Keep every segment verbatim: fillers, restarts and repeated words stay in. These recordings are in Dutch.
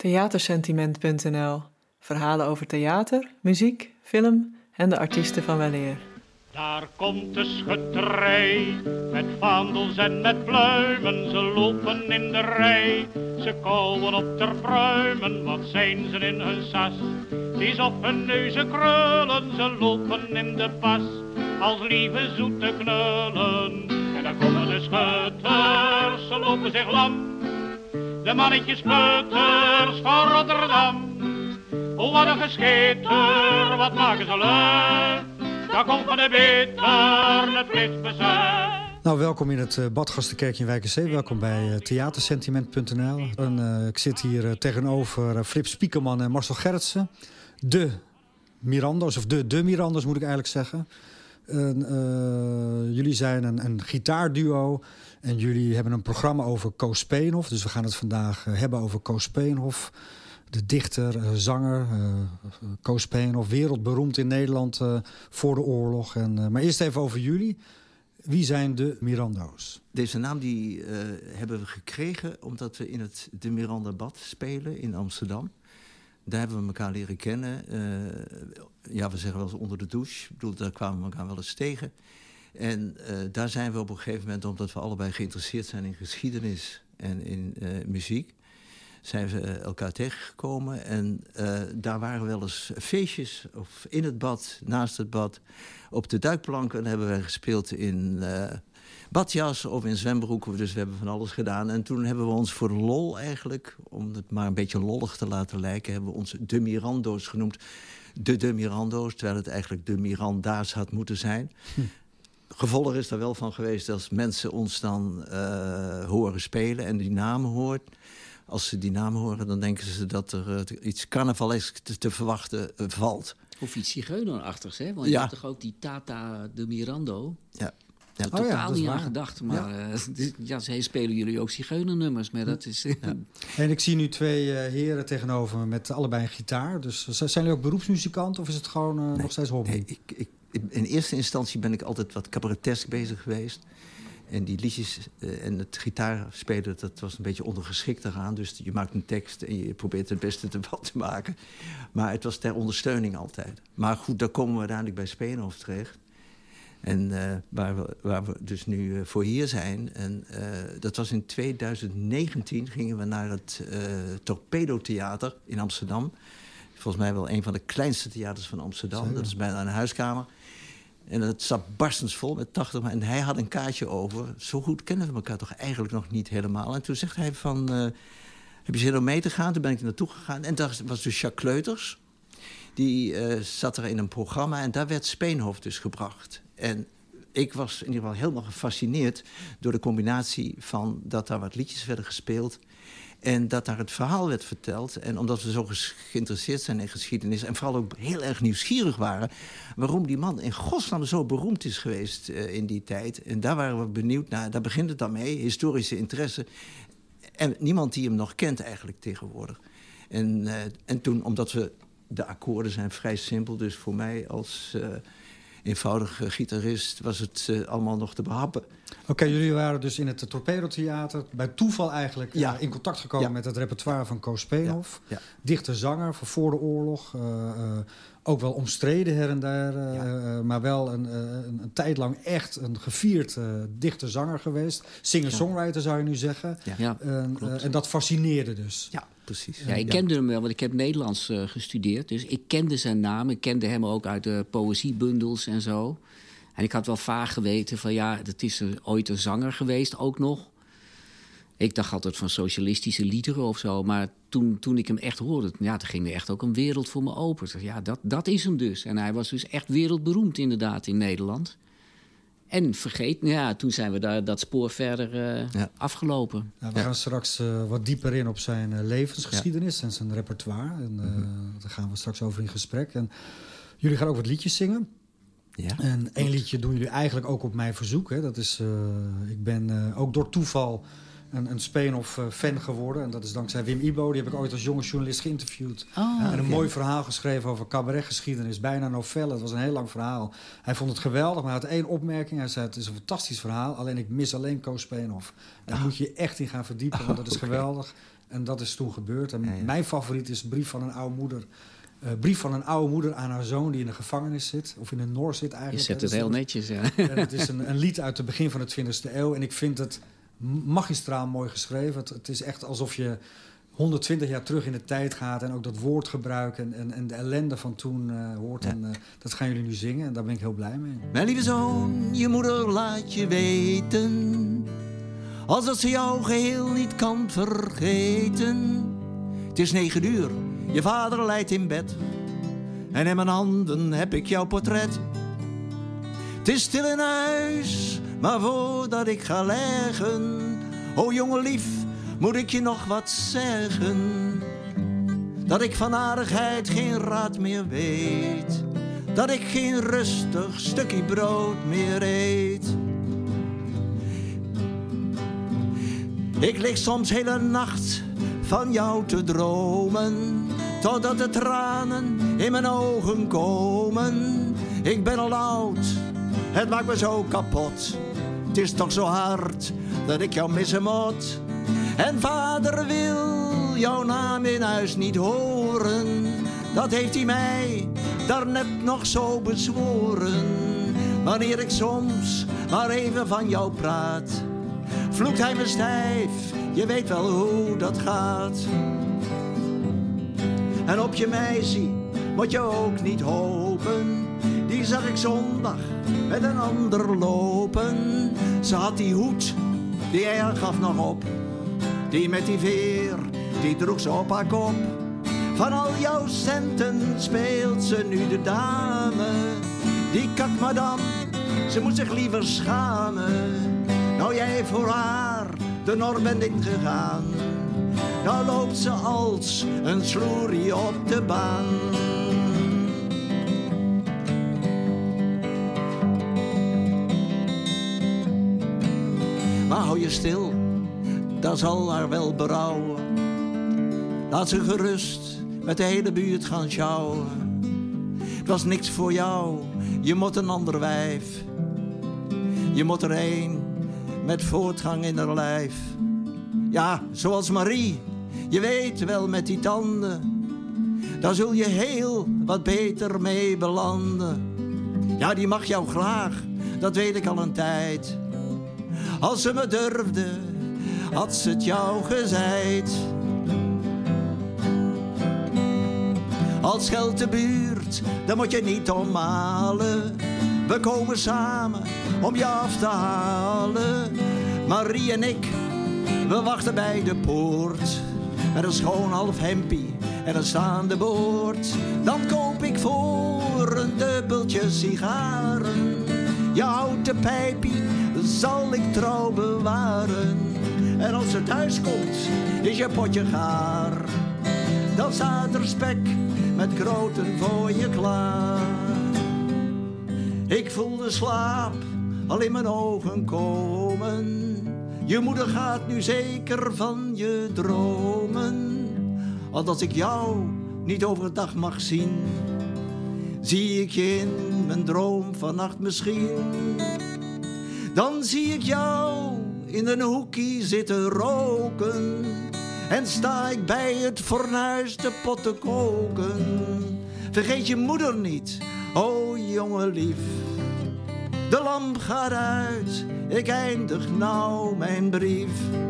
theatersentiment punt n l. Verhalen over theater, muziek, film en de artiesten van weleer. Daar komt de schutterij, met vaandels en met pluimen. Ze lopen in de rij, ze kauwen op ter pruimen. Wat zijn ze in hun sas? Die is op hun neuzen krullen. Ze lopen in de pas, als lieve zoete knullen. En dan komen de schutters, ze lopen zich lam. De mannetjes putters van Rotterdam. Oh, wat een gescheter, wat maken ze lui. Daar komt van de bitter het plichtsbesluit. Nou, welkom in het uh, Badgastenkerkje in Wijkerzee. Welkom bij uh, theatersentiment punt n l. En, uh, ik zit hier uh, tegenover uh, Flip Spiekerman en Marcel Gerritsen. De Mirando's, of de, de Mirando's moet ik eigenlijk zeggen. En, uh, jullie zijn een, een gitaarduo en jullie hebben een programma over Koos Speenhof. Dus we gaan het vandaag uh, hebben over Koos Speenhof. De dichter, uh, zanger, uh, Koos Speenhof, wereldberoemd in Nederland uh, voor de oorlog. En, uh, maar eerst even over jullie. Wie zijn de Mirando's? Deze naam die, uh, hebben we gekregen omdat we in het De Miranda Bad spelen in Amsterdam. Daar hebben we elkaar leren kennen. Uh, ja, we zeggen wel eens onder de douche. Ik bedoel, daar kwamen we elkaar wel eens tegen. En uh, daar zijn we op een gegeven moment, omdat we allebei geïnteresseerd zijn in geschiedenis en in uh, muziek, zijn we elkaar tegengekomen. En uh, daar waren wel eens feestjes, of in het bad, naast het bad, op de duikplanken hebben wij gespeeld in uh, badjas of in zwembroeken. Dus we hebben van alles gedaan. En toen hebben we ons voor de lol eigenlijk, om het maar een beetje lollig te laten lijken, hebben we ons de Mirando's genoemd. De de Mirando's, terwijl het eigenlijk de Miranda's had moeten zijn. Hm. Gevolg is er wel van geweest als mensen ons dan uh, horen spelen en die namen hoort. Als ze die namen horen, dan denken ze dat er uh, iets carnavalesks te, te verwachten uh, valt. Of iets zigeunerachtigs, hè? Want ja. je hebt toch ook die Tata de Mirando? Ja. Ja, oh, totaal ja, niet waar. aan gedacht. Maar ja. Uh, ja, ze spelen jullie ook zigeunernummers. Maar dat is, uh, ja. En ik zie nu twee uh, heren tegenover me met allebei een gitaar. Dus zijn jullie ook beroepsmuzikant of is het gewoon uh, nee, nog steeds hobby? Nee, ik, ik, in eerste instantie ben ik altijd wat cabaretesk bezig geweest. En die liedjes uh, en het gitaarspelen, dat was een beetje ondergeschikt eraan. Dus je maakt een tekst en je probeert het beste ervan te maken. Maar het was ter ondersteuning altijd. Maar goed, daar komen we uiteindelijk bij Speenhof terecht. En uh, waar, we, waar we dus nu uh, voor hier zijn. En uh, dat was in twintig negentien gingen we naar het uh, Torpedo Theater in Amsterdam. Volgens mij wel een van de kleinste theaters van Amsterdam. Zeker. Dat is bijna een huiskamer. En het zat barstensvol met tachtig man. En hij had een kaartje over. Zo goed kennen we elkaar toch eigenlijk nog niet helemaal. En toen zegt hij van, uh, heb je zin om mee te gaan? Toen ben ik er naartoe gegaan. En daar was dus Jacques Kleuters. Die uh, zat er in een programma. En daar werd Speenhof dus gebracht. En ik was in ieder geval helemaal gefascineerd door de combinatie van dat daar wat liedjes werden gespeeld. En dat daar het verhaal werd verteld. En omdat we zo geïnteresseerd zijn in geschiedenis en vooral ook heel erg nieuwsgierig waren waarom die man in godsnaam zo beroemd is geweest uh, in die tijd. En daar waren we benieuwd naar. Daar begint het dan mee, historische interesse. En niemand die hem nog kent eigenlijk tegenwoordig. En, uh, en toen, omdat we, de akkoorden zijn vrij simpel, dus voor mij als uh, eenvoudige gitarist was het uh, allemaal nog te behappen. Oké, okay, jullie waren dus in het Torpedo Theater bij toeval eigenlijk ja. uh, in contact gekomen ja. met het repertoire van Koos Speenhof. Ja. Ja. Dichter, zanger van voor de oorlog. Uh, uh, ook wel omstreden her en daar. Uh, ja. uh, maar wel een, uh, een, een tijd lang echt een gevierd uh, dichter, zanger geweest. Singer-songwriter zou je nu zeggen. Ja. Ja, uh, uh, en dat fascineerde dus. Ja, precies. Ja, ik kende ja. hem wel, want ik heb Nederlands uh, gestudeerd. Dus ik kende zijn naam. Ik kende hem ook uit de poëziebundels en zo. En ik had wel vaag geweten van ja, dat is er ooit een zanger geweest ook nog. Ik dacht altijd van socialistische liederen of zo. Maar toen, toen ik hem echt hoorde, ja, toen ging er echt ook een wereld voor me open. Ja, dat, dat is hem dus. En hij was dus echt wereldberoemd inderdaad in Nederland. En vergeet, ja, toen zijn we daar dat spoor verder uh, ja. afgelopen. Ja, we ja. gaan straks uh, wat dieper in op zijn uh, levensgeschiedenis ja. en zijn repertoire. En uh, mm-hmm. daar gaan we straks over in gesprek. En jullie gaan ook wat liedjes zingen. Ja, en één liedje doen jullie eigenlijk ook op mijn verzoek. Hè. Dat is, uh, ik ben uh, ook door toeval een, een Speenhof-fan geworden. En dat is dankzij Wim Ibo. Die heb ik ooit als jonge journalist geïnterviewd. Oh, en een okay. mooi verhaal geschreven over cabaretgeschiedenis. Bijna novelle. Het was een heel lang verhaal. Hij vond het geweldig, maar hij had één opmerking. Hij zei, het is een fantastisch verhaal. Alleen ik mis alleen Koos Speenhof. Daar oh. moet je echt in gaan verdiepen, want dat is okay. geweldig. En dat is toen gebeurd. En Ja, ja. mijn favoriet is Brief van een oude moeder. Uh, brief van een oude moeder aan haar zoon die in de gevangenis zit. Of in een Noor zit eigenlijk. Je zet het heel netjes, ja. En het is een, een lied uit het begin van de twintigste eeuw. En ik vind het magistraal mooi geschreven. Het, het is echt alsof je honderdtwintig jaar terug in de tijd gaat. En ook dat woordgebruik en, en, en de ellende van toen uh, hoort. Ja. En uh, dat gaan jullie nu zingen. En daar ben ik heel blij mee. Mijn lieve zoon, je moeder laat je weten, als dat ze jou geheel niet kan vergeten. Het is negen uur, je vader lijdt in bed. En in mijn handen heb ik jouw portret. Het is stil in huis, maar voordat ik ga leggen, o jongen lief, moet ik je nog wat zeggen. Dat ik van aardigheid geen raad meer weet, dat ik geen rustig stukje brood meer eet. Ik lig soms hele nacht van jou te dromen, totdat de tranen in mijn ogen komen. Ik ben al oud, het maakt me zo kapot. Het is toch zo hard dat ik jou missen moet. En vader wil jouw naam in huis niet horen. Dat heeft hij mij daarnet nog zo bezworen. Wanneer ik soms maar even van jou praat, vloekt hij me stijf, je weet wel hoe dat gaat. En op je meisje moet je ook niet hopen. Die zag ik zondag met een ander lopen. Ze had die hoed, die hij haar gaf nog op. Die met die veer, die droeg ze op haar kop. Van al jouw centen speelt ze nu de dame. Die kakmadam, ze moet zich liever schamen. Nou jij voor haar de norm bent ingegaan, nou loopt ze als een sloerie op de baan. Maar hou je stil, dat zal haar wel berouwen. Laat ze gerust met de hele buurt gaan sjouwen. Het was niks voor jou, je moet een ander wijf. Je moet er een met voortgang in haar lijf. Ja, zoals Marie, je weet wel met die tanden. Daar zul je heel wat beter mee belanden. Ja, die mag jou graag, dat weet ik al een tijd. Als ze me durfde, had ze het jou gezeid. Als geld de buurt, dan moet je niet ommalen. We komen samen om je af te halen. Marie en ik, we wachten bij de poort. Met een schoon half hempie en een staande boord. Dan koop ik voor een dubbeltje sigaren. Je houten pijpie zal ik trouw bewaren. En als ze thuis komt, is je potje gaar. Dan staat er spek met kroten voor je klaar. Ik voel de slaap al in mijn ogen komen. Je moeder gaat nu zeker van je dromen. Want als ik jou niet overdag mag zien, zie ik je in mijn droom vannacht misschien. Dan zie ik jou in een hoekie zitten roken. En sta ik bij het fornuis de pot te koken. Vergeet je moeder niet, o jongen lief. De lamp gaat uit, ik eindig nou mijn brief.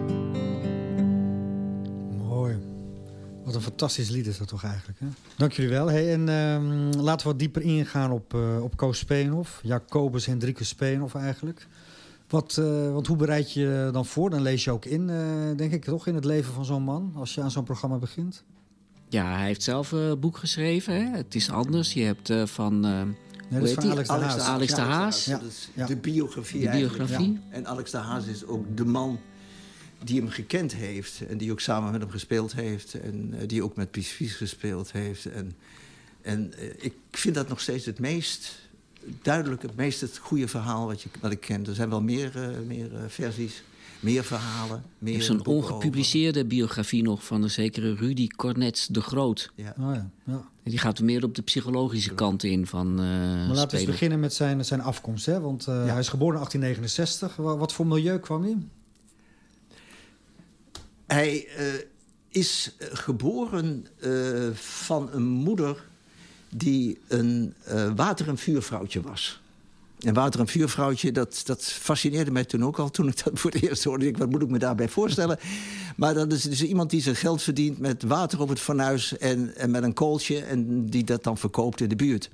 Mooi. Wat een fantastisch lied is dat toch eigenlijk, hè? Dank jullie wel. Hey, en uh, laten we wat dieper ingaan op, uh, op Koos Speenhof. Jacobus Hendrikus Speenhof eigenlijk. Wat, uh, want hoe bereid je je dan voor? Dan lees je ook in, uh, denk ik, toch in het leven van zo'n man, als je aan zo'n programma begint? Ja, hij heeft zelf een boek geschreven. Hè? Het is anders. Je hebt uh, van... Uh, Nee, dat is van Alex de Alex Haas. de Alex de Haas. Ja, dat is Ja. de biografie De eigenlijk. biografie. Ja. En Alex de Haas is ook de man die hem gekend heeft. En die ook samen met hem gespeeld heeft. En uh, die ook met Pies Vies gespeeld heeft. En, en uh, ik vind dat nog steeds het meest duidelijke, het meest het goede verhaal wat, je, wat ik ken. Er zijn wel meer, uh, meer uh, versies, meer verhalen. Meer Je hebt zo'n boeken ongepubliceerde over. biografie nog van een zekere Rudy Cornets de Groot. Ja. Oh ja, ja. En die gaat meer op de psychologische kant in van uh, Maar laten we eens spelen. beginnen met zijn, zijn afkomst. Hè? Want uh, Ja. hij is geboren in achttien negenenzestig. Wat, wat voor milieu kwam hij? Hij, uh, is geboren uh, van een moeder die een uh, water- en vuurvrouwtje was. En water- en vuurvrouwtje, dat, dat fascineerde mij toen ook al. Toen ik dat voor het eerst hoorde, ik, wat moet ik me daarbij voorstellen? Maar dat is dus iemand die zijn geld verdient met water op het fornuis en, en met een kooltje, en die dat dan verkoopt in de buurt.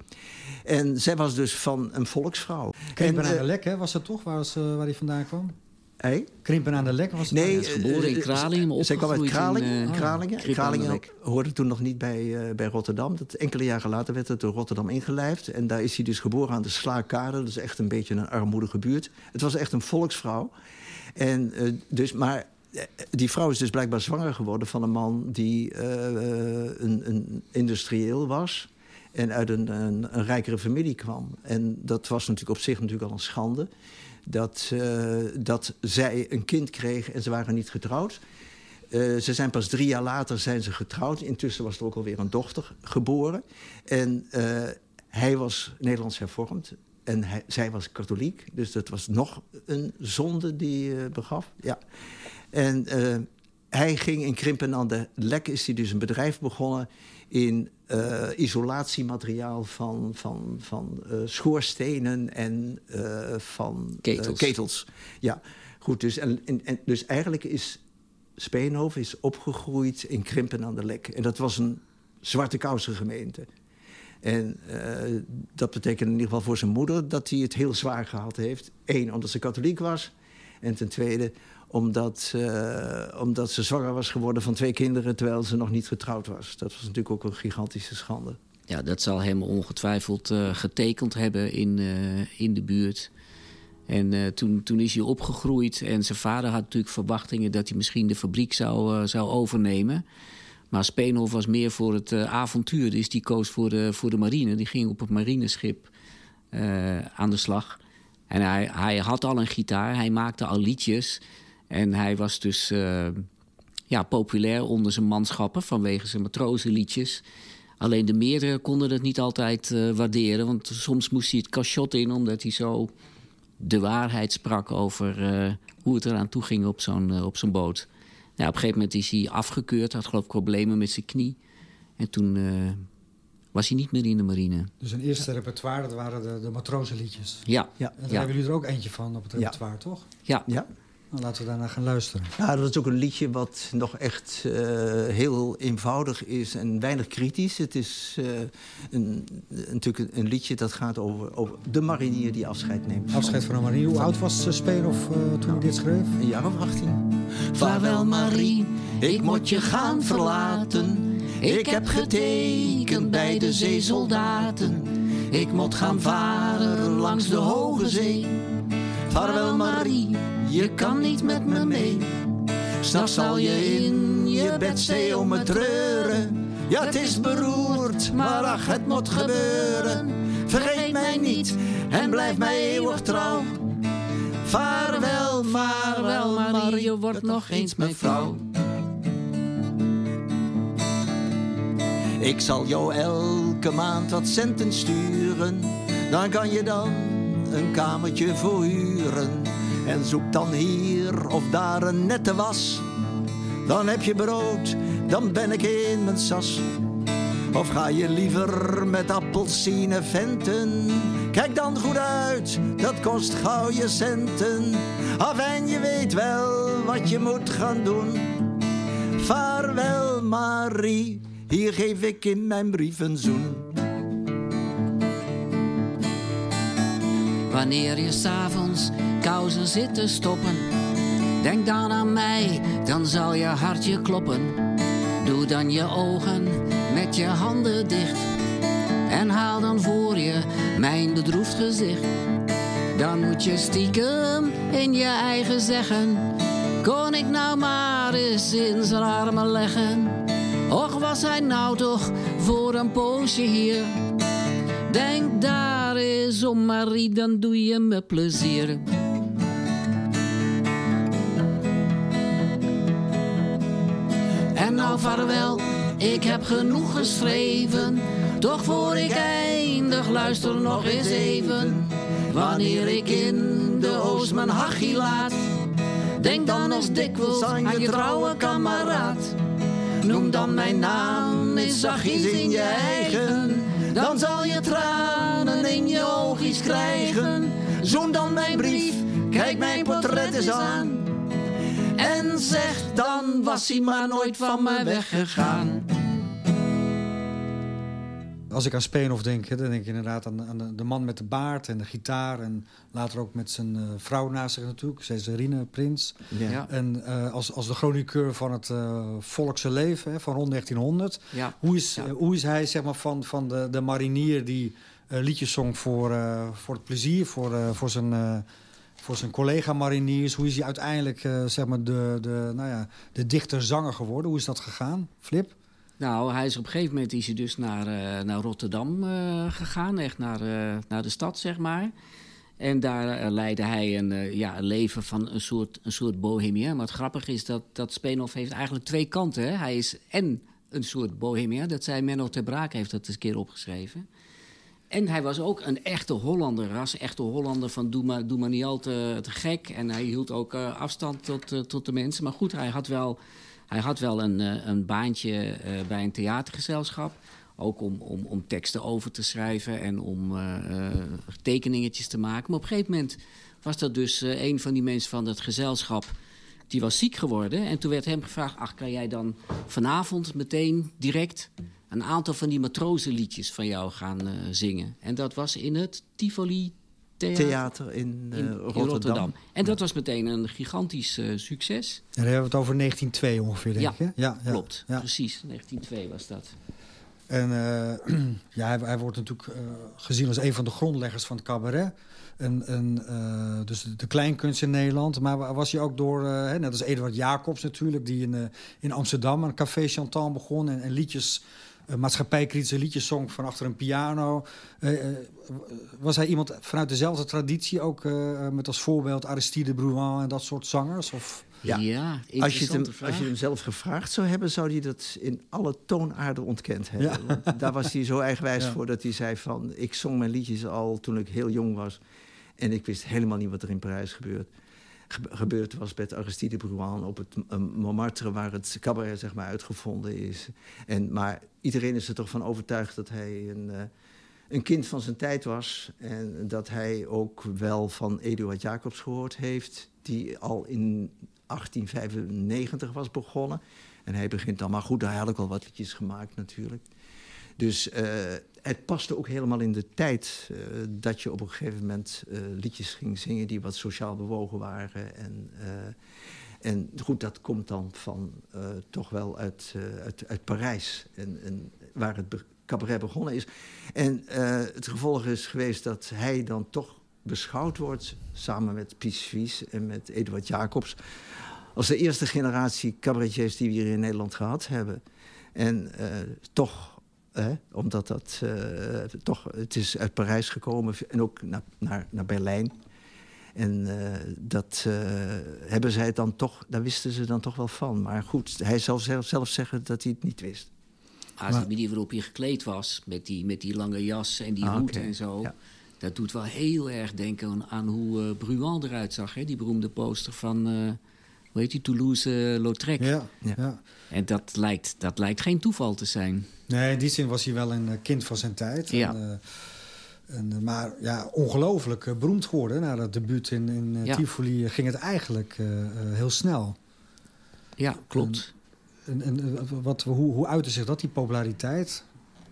En zij was dus van een volksvrouw. Krimpen en, aan uh, de Lek, hè? Was dat toch waar, was, uh, waar hij vandaan kwam? Hey? Krimpen aan de Lek was het? Nee, is geboren in Kralingen, maar zij kwam uit Kralingen. in, uh, Kralingen. Krimpen Kralingen hoorde toen nog niet bij, uh, bij Rotterdam. Dat, enkele jaren later werd het door Rotterdam ingelijfd. En daar is hij dus geboren aan de Slaakade. Dat is echt een beetje een armoedige buurt. Het was echt een volksvrouw. En, uh, dus, maar die vrouw is dus blijkbaar zwanger geworden van een man die uh, een, een industrieel was en uit een, een, een rijkere familie kwam. En dat was natuurlijk op zich natuurlijk al een schande. Dat, uh, dat zij een kind kreeg en ze waren niet getrouwd. Uh, ze zijn pas drie jaar later zijn ze getrouwd. Intussen was er ook alweer een dochter geboren. En uh, hij was Nederlands hervormd. En hij, zij was katholiek. Dus dat was nog een zonde die uh, begaf. Ja. En uh, hij ging in Krimpen aan de Lek, is hij dus een bedrijf begonnen in uh, isolatiemateriaal van, van, van uh, schoorstenen en uh, van ketels. Uh, ketels. Ja, goed. Dus, en, en, en, dus eigenlijk is Speenhoven is opgegroeid in Krimpen aan de Lek. En dat was een zwarte kousen gemeente. En uh, dat betekent in ieder geval voor zijn moeder dat hij het heel zwaar gehad heeft. Eén, omdat ze katholiek was. En ten tweede, omdat, uh, omdat ze zwanger was geworden van twee kinderen terwijl ze nog niet getrouwd was. Dat was natuurlijk ook een gigantische schande. Ja, dat zal hem ongetwijfeld uh, getekend hebben in, uh, in de buurt. En uh, toen, toen is hij opgegroeid en zijn vader had natuurlijk verwachtingen dat hij misschien de fabriek zou, uh, zou overnemen. Maar Speenhoven was meer voor het uh, avontuur, dus die koos voor de, voor de marine. Die ging op het marineschip uh, aan de slag. En hij, hij had al een gitaar, hij maakte al liedjes. En hij was dus uh, ja, populair onder zijn manschappen vanwege zijn matrozenliedjes. Alleen de meerdere konden dat niet altijd uh, waarderen. Want soms moest hij het cachot in omdat hij zo de waarheid sprak over uh, hoe het eraan toe ging op zo'n, uh, op zo'n boot. Ja, op een gegeven moment is hij afgekeurd, had geloof ik problemen met zijn knie. En toen uh, was hij niet meer in de marine. Dus zijn eerste repertoire, dat waren de, de matrozenliedjes. Ja. Ja. En daar ja. hebben jullie er ook eentje van op het repertoire, Ja. toch? Ja. Ja. Nou, laten we daarna gaan luisteren. Ja, dat is ook een liedje wat nog echt uh, heel eenvoudig is en weinig kritisch. Het is uh, een, natuurlijk een liedje dat gaat over, over de marinier die afscheid neemt. Afscheid van de marine. Hoe oud was uh, Speenhoven uh, toen hij dit schreef? Een jaar of achttien. Vaarwel Marie, ik moet je gaan verlaten. Ik heb getekend bij de zeesoldaten. Ik moet gaan varen langs de hoge zee. Vaarwel Marie, je kan niet met me mee. S'nachts zal je in je bed stee om me treuren. Ja, het is beroerd, maar ach, het moet gebeuren. Vergeet mij niet en blijf mij eeuwig trouw. Vaarwel, vaarwel Marie, je wordt nog eens mijn vrouw. Ik zal jou elke maand wat centen sturen. Dan kan je dan een kamertje verhuren. En zoek dan hier of daar een nette was. Dan heb je brood, dan ben ik in mijn sas. Of ga je liever met appelsine venten? Kijk dan goed uit, dat kost gauw je centen. Afijn, je weet wel wat je moet gaan doen. Vaarwel Marie, hier geef ik in mijn brief een zoen. Wanneer je s'avonds kousen zit te stoppen, denk dan aan mij, dan zal je hartje kloppen. Doe dan je ogen met je handen dicht en haal dan voor je mijn bedroefd gezicht. Dan moet je stiekem in je eigen zeggen, kon ik nou maar eens in zijn armen leggen. Och, was hij nou toch voor een poosje hier. Denk daar eens om Marie, dan doe je me plezier. En nou vaarwel, ik heb genoeg geschreven. Toch voor ik eindig, luister nog eens even. Wanneer ik in de oost mijn hachie laat, denk dan eens dikwijls aan je trouwe kameraad. Noem dan mijn naam eens zachtjes in je eigen. Dan zal je tranen in je oogjes krijgen. Zoen dan mijn brief, kijk mijn portret eens aan. En zeg dan, was hij maar nooit van me weggegaan. Als ik aan Speenhof denk, dan denk ik inderdaad aan, aan de, de man met de baard en de gitaar. En later ook met zijn uh, vrouw naast zich natuurlijk, Cesarine Prins. Ja. Ja. En uh, als, als de chroniqueur van het uh, volkse leven, hè, van rond negentienhonderd. Ja. Hoe, is, Ja. uh, hoe is hij zeg maar, van, van de, de marinier die uh, liedjes zong voor, uh, voor het plezier, voor, uh, voor zijn... Uh, voor zijn collega-mariniers, hoe is hij uiteindelijk uh, zeg maar de, de, nou ja, de dichter-zanger geworden? Hoe is dat gegaan, Flip? Nou, hij is op een gegeven moment is hij dus naar, uh, naar Rotterdam uh, gegaan. Echt naar, uh, naar de stad, zeg maar. En daar uh, leidde hij een, uh, ja, een leven van een soort, een soort bohemien. Maar het grappige is dat, dat Speenhof heeft eigenlijk twee kanten. Hè? Hij is en een soort bohemien. Dat zei Menno ter Braak, heeft dat eens een keer opgeschreven. En hij was ook een echte Hollander, ras echte Hollander van doe maar, doe maar niet al te, te gek. En hij hield ook uh, afstand tot, uh, tot de mensen. Maar goed, hij had wel, hij had wel een, uh, een baantje uh, bij een theatergezelschap. Ook om, om, om teksten over te schrijven en om uh, uh, tekeningetjes te maken. Maar op een gegeven moment was dat dus uh, een van die mensen van het gezelschap. Die was ziek geworden. En toen werd hem gevraagd, ach, kan jij dan vanavond meteen direct een aantal van die matrozenliedjes van jou gaan uh, zingen. En dat was in het Tivoli Theater, Theater in, uh, in, in Rotterdam. Rotterdam. En dat was meteen een gigantisch uh, succes. En dan hebben we het over negentien nul twee ongeveer, denk Ja, ik. Ja, ja, klopt. Ja. Precies, negentien nul twee was dat. En uh, ja, hij, hij wordt natuurlijk uh, gezien als een van de grondleggers van het cabaret. En, en, uh, dus de, de kleinkunst in Nederland. Maar was hij ook door, uh, net als Eduard Jacobs natuurlijk... die in, uh, in Amsterdam een café Chantal begon... en, en liedjes, uh, maatschappijkritische liedjes zong van achter een piano. Uh, uh, was hij iemand vanuit dezelfde traditie... ook uh, met als voorbeeld Aristide Bruant en dat soort zangers? Of... Ja. ja Als je, het hem, interessante vraag. als je hem zelf gevraagd zou hebben, zou hij dat in alle toonaarden ontkend hebben. Ja. Want daar was hij zo eigenwijs Ja. voor dat hij zei van... ik zong mijn liedjes al toen ik heel jong was. En ik wist helemaal niet wat er in Parijs gebeurt. Ge- gebeurd was met Aristide Bruant op het uh, Montmartre... waar het cabaret zeg maar uitgevonden is. En, maar iedereen is er toch van overtuigd dat hij een... Uh, een kind van zijn tijd was. En dat hij ook wel van Eduard Jacobs gehoord heeft... die al in achttien vijfennegentig was begonnen. En hij begint dan, maar goed, hij had ook al wat liedjes gemaakt natuurlijk. Dus uh, het paste ook helemaal in de tijd... Uh, dat je op een gegeven moment uh, liedjes ging zingen... die wat sociaal bewogen waren. En, uh, en goed, dat komt dan van uh, toch wel uit, uh, uit, uit Parijs. En, en waar het be- cabaret begonnen is. En uh, het gevolg is geweest dat hij dan toch beschouwd wordt... samen met Piet Suisse en met Eduard Jacobs... als de eerste generatie cabaretiers die we hier in Nederland gehad hebben. En uh, toch, hè, omdat dat uh, toch, het is uit Parijs gekomen en ook naar, naar, naar Berlijn. En uh, dat uh, hebben zij dan toch, daar wisten ze dan toch wel van. Maar goed, hij zou zelf, zelf zeggen dat hij het niet wist. Als de manier waarop hij gekleed was, met die, met die lange jas en die Ah, hoed okay. en zo... Ja. Dat doet wel heel erg denken aan, aan hoe uh, Bruant eruit zag. Hè? Die beroemde poster van, uh, hoe heet die, Toulouse-Lautrec. Ja, Ja. ja. En dat lijkt, dat lijkt geen toeval te zijn. Nee, in die zin was hij wel een uh, kind van zijn tijd. Ja. En, uh, en, uh, maar ja, ongelooflijk uh, beroemd geworden. Na dat debuut in, in uh, Ja. Tivoli uh, ging het eigenlijk uh, uh, heel snel. Ja, klopt. En, en uh, wat, hoe, hoe uitte zich dat, die populariteit?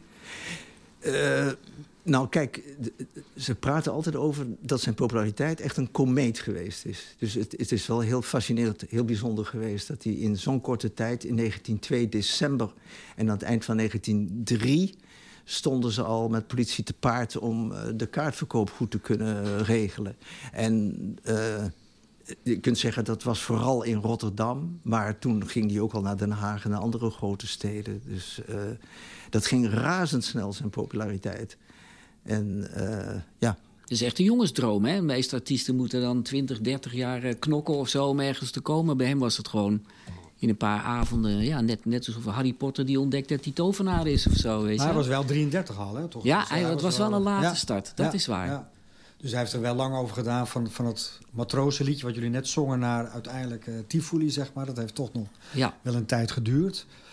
Uh, nou, kijk, d- ze praten altijd over dat zijn populariteit echt een komeet geweest is. Dus het, het is wel heel fascinerend, heel bijzonder geweest... dat hij in zo'n korte tijd, in negentien twee december... en aan het eind van negentien drie stonden ze al met politie te paard... om uh, de kaartverkoop goed te kunnen regelen. En... Uh, je kunt zeggen dat was vooral in Rotterdam. Maar toen ging hij ook al naar Den Haag en naar andere grote steden. Dus uh, dat ging razendsnel, zijn populariteit. En uh, ja... Het is echt een jongensdroom, hè? De meeste artiesten moeten dan twintig, dertig jaar uh, knokken of zo om ergens te komen. Bij hem was het gewoon in een paar avonden... Ja, net, net alsof Harry Potter die ontdekt dat hij tovenaar is of zo. Weet Maar je? hij was wel drieëndertig al, hè? Toch? Ja, Dus, uh, hij, het was wel een late ja, start. Dat ja, is waar. Ja. Dus hij heeft er wel lang over gedaan van, van het matrozenliedje... wat jullie net zongen naar uiteindelijk uh, Tivoli, zeg maar. Dat heeft toch nog Ja. wel een tijd geduurd.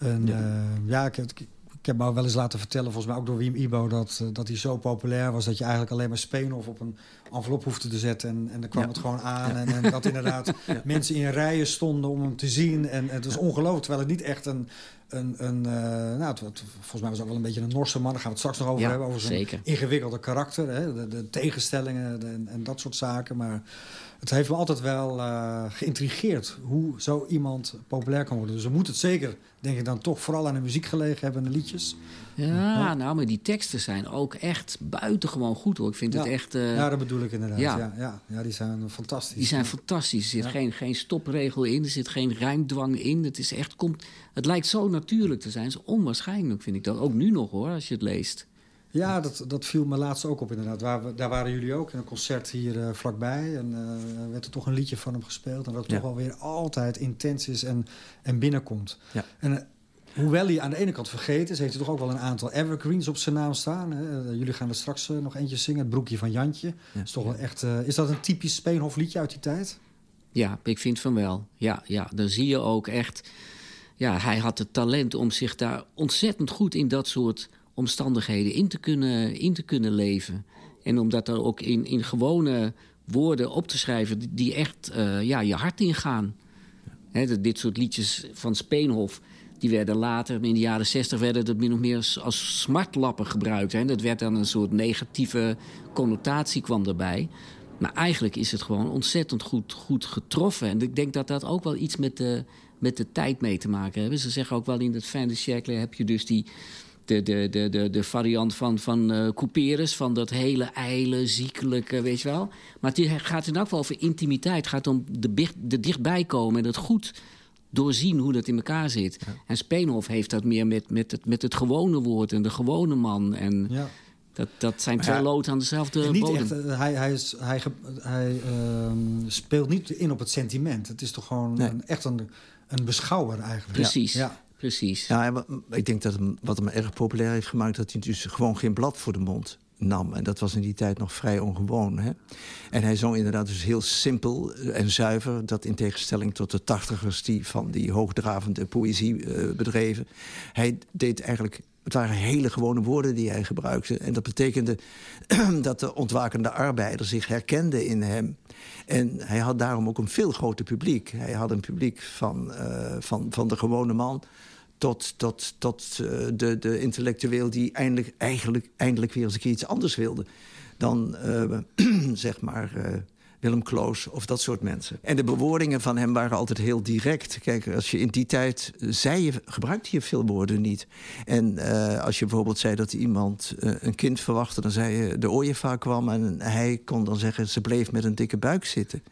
En, Ja. uh, ja, ik, ik, ik heb me wel eens laten vertellen, volgens mij ook door Wim Ibo, dat, uh, dat hij zo populair was dat je eigenlijk alleen maar Speenhof op een envelop hoefde te zetten. En, en dan kwam Ja. het gewoon aan. Ja. En, en dat inderdaad Ja. mensen in rijen stonden om hem te zien. En, en het was Ja. ongelooflijk, terwijl het niet echt een... een, een uh, nou, het, het, volgens mij was het ook wel een beetje een Norse man. Daar gaan we het straks nog over Ja, hebben. Over zijn zeker. ingewikkelde karakter. Hè, de, de tegenstellingen de, en, en dat soort zaken. Maar het heeft me altijd wel uh, geïntrigeerd hoe zo iemand populair kan worden. Dus we moeten het zeker, denk ik dan toch, vooral aan de muziek gelegen hebben en de liedjes. Ja, ja, nou, maar die teksten zijn ook echt buitengewoon goed, hoor. Ik vind Ja. het echt... Uh, Ja, dat bedoel ik inderdaad. ja. Ja. Ja, ja, die zijn fantastisch. Die zijn fantastisch. Er zit Ja. geen, geen stopregel in. Er zit geen rijmdwang in. Het is echt... Komt, het lijkt zo natuurlijk te zijn. Het is onwaarschijnlijk, vind ik dat. Ook nu nog, hoor, als je het leest. Ja, dat, dat viel me laatst ook op inderdaad. Waar we, daar waren jullie ook in een concert hier uh, vlakbij. En uh, werd er toch een liedje van hem gespeeld. En dat het Ja. toch alweer altijd intens is en, en binnenkomt. Ja. En uh, hoewel hij aan de ene kant vergeten is, heeft hij toch ook wel een aantal evergreens op zijn naam staan. Hè? Uh, jullie gaan er straks uh, nog eentje zingen. Het broekje van Jantje. Ja. Is, toch wel echt, uh, is dat een typisch Speenhof liedje uit die tijd? Ja, ik vind van wel. Ja, ja, dan zie je ook echt... Ja, hij had het talent om zich daar ontzettend goed in dat soort omstandigheden in te kunnen, in te kunnen leven. En om dat er ook in, in gewone woorden op te schrijven die, die echt uh, ja, je hart ingaan. Hè, dit soort liedjes van Speenhof, die werden later, in de jaren zestig, werden dat min of meer als smartlappen gebruikt. Hè. Dat werd dan een soort negatieve connotatie kwam erbij. Maar eigenlijk is het gewoon ontzettend goed, goed getroffen. En ik denk dat dat ook wel iets met de, met de tijd mee te maken heeft. Ze zeggen ook wel in het fin de siècle heb je dus die... De, de, de, de, de variant van, van uh, Couperus, van dat hele ijle, ziekelijke, weet je wel. Maar het gaat in elk geval over intimiteit. Het gaat om de, de dichtbij komen en het goed doorzien hoe dat in elkaar zit. Ja. En Speenhof heeft dat meer met, met, het, met het gewone woord en de gewone man. En ja. dat, dat zijn twee ja, loten aan dezelfde niet bodem. Echt, uh, hij hij, is, hij, hij uh, speelt niet in op het sentiment. Het is toch gewoon nee. een, echt een, een beschouwer eigenlijk. Precies. Ja. Precies. Ja, ik denk dat hem, wat hem erg populair heeft gemaakt, dat hij dus gewoon geen blad voor de mond nam. En dat was in die tijd nog vrij ongewoon. Hè? En hij zong inderdaad dus heel simpel en zuiver. Dat in tegenstelling tot de tachtigers die van die hoogdravende poëzie uh, bedreven. Hij deed eigenlijk... Het waren hele gewone woorden die hij gebruikte. En dat betekende dat de ontwakende arbeider zich herkende in hem. En hij had daarom ook een veel groter publiek. Hij had een publiek van, uh, van, van de gewone man... tot, tot, tot uh, de, de intellectueel die eindelijk, eigenlijk, eindelijk weer eens een keer iets anders wilde... dan, uh, zeg maar... Uh, Willem Kloos of dat soort mensen. En de bewoordingen van hem waren altijd heel direct. Kijk, als je in die tijd zei je, gebruikte je veel woorden niet. En uh, als je bijvoorbeeld zei dat iemand uh, een kind verwachtte... dan zei je, de ooievaar kwam en hij kon dan zeggen... ze bleef met een dikke buik zitten.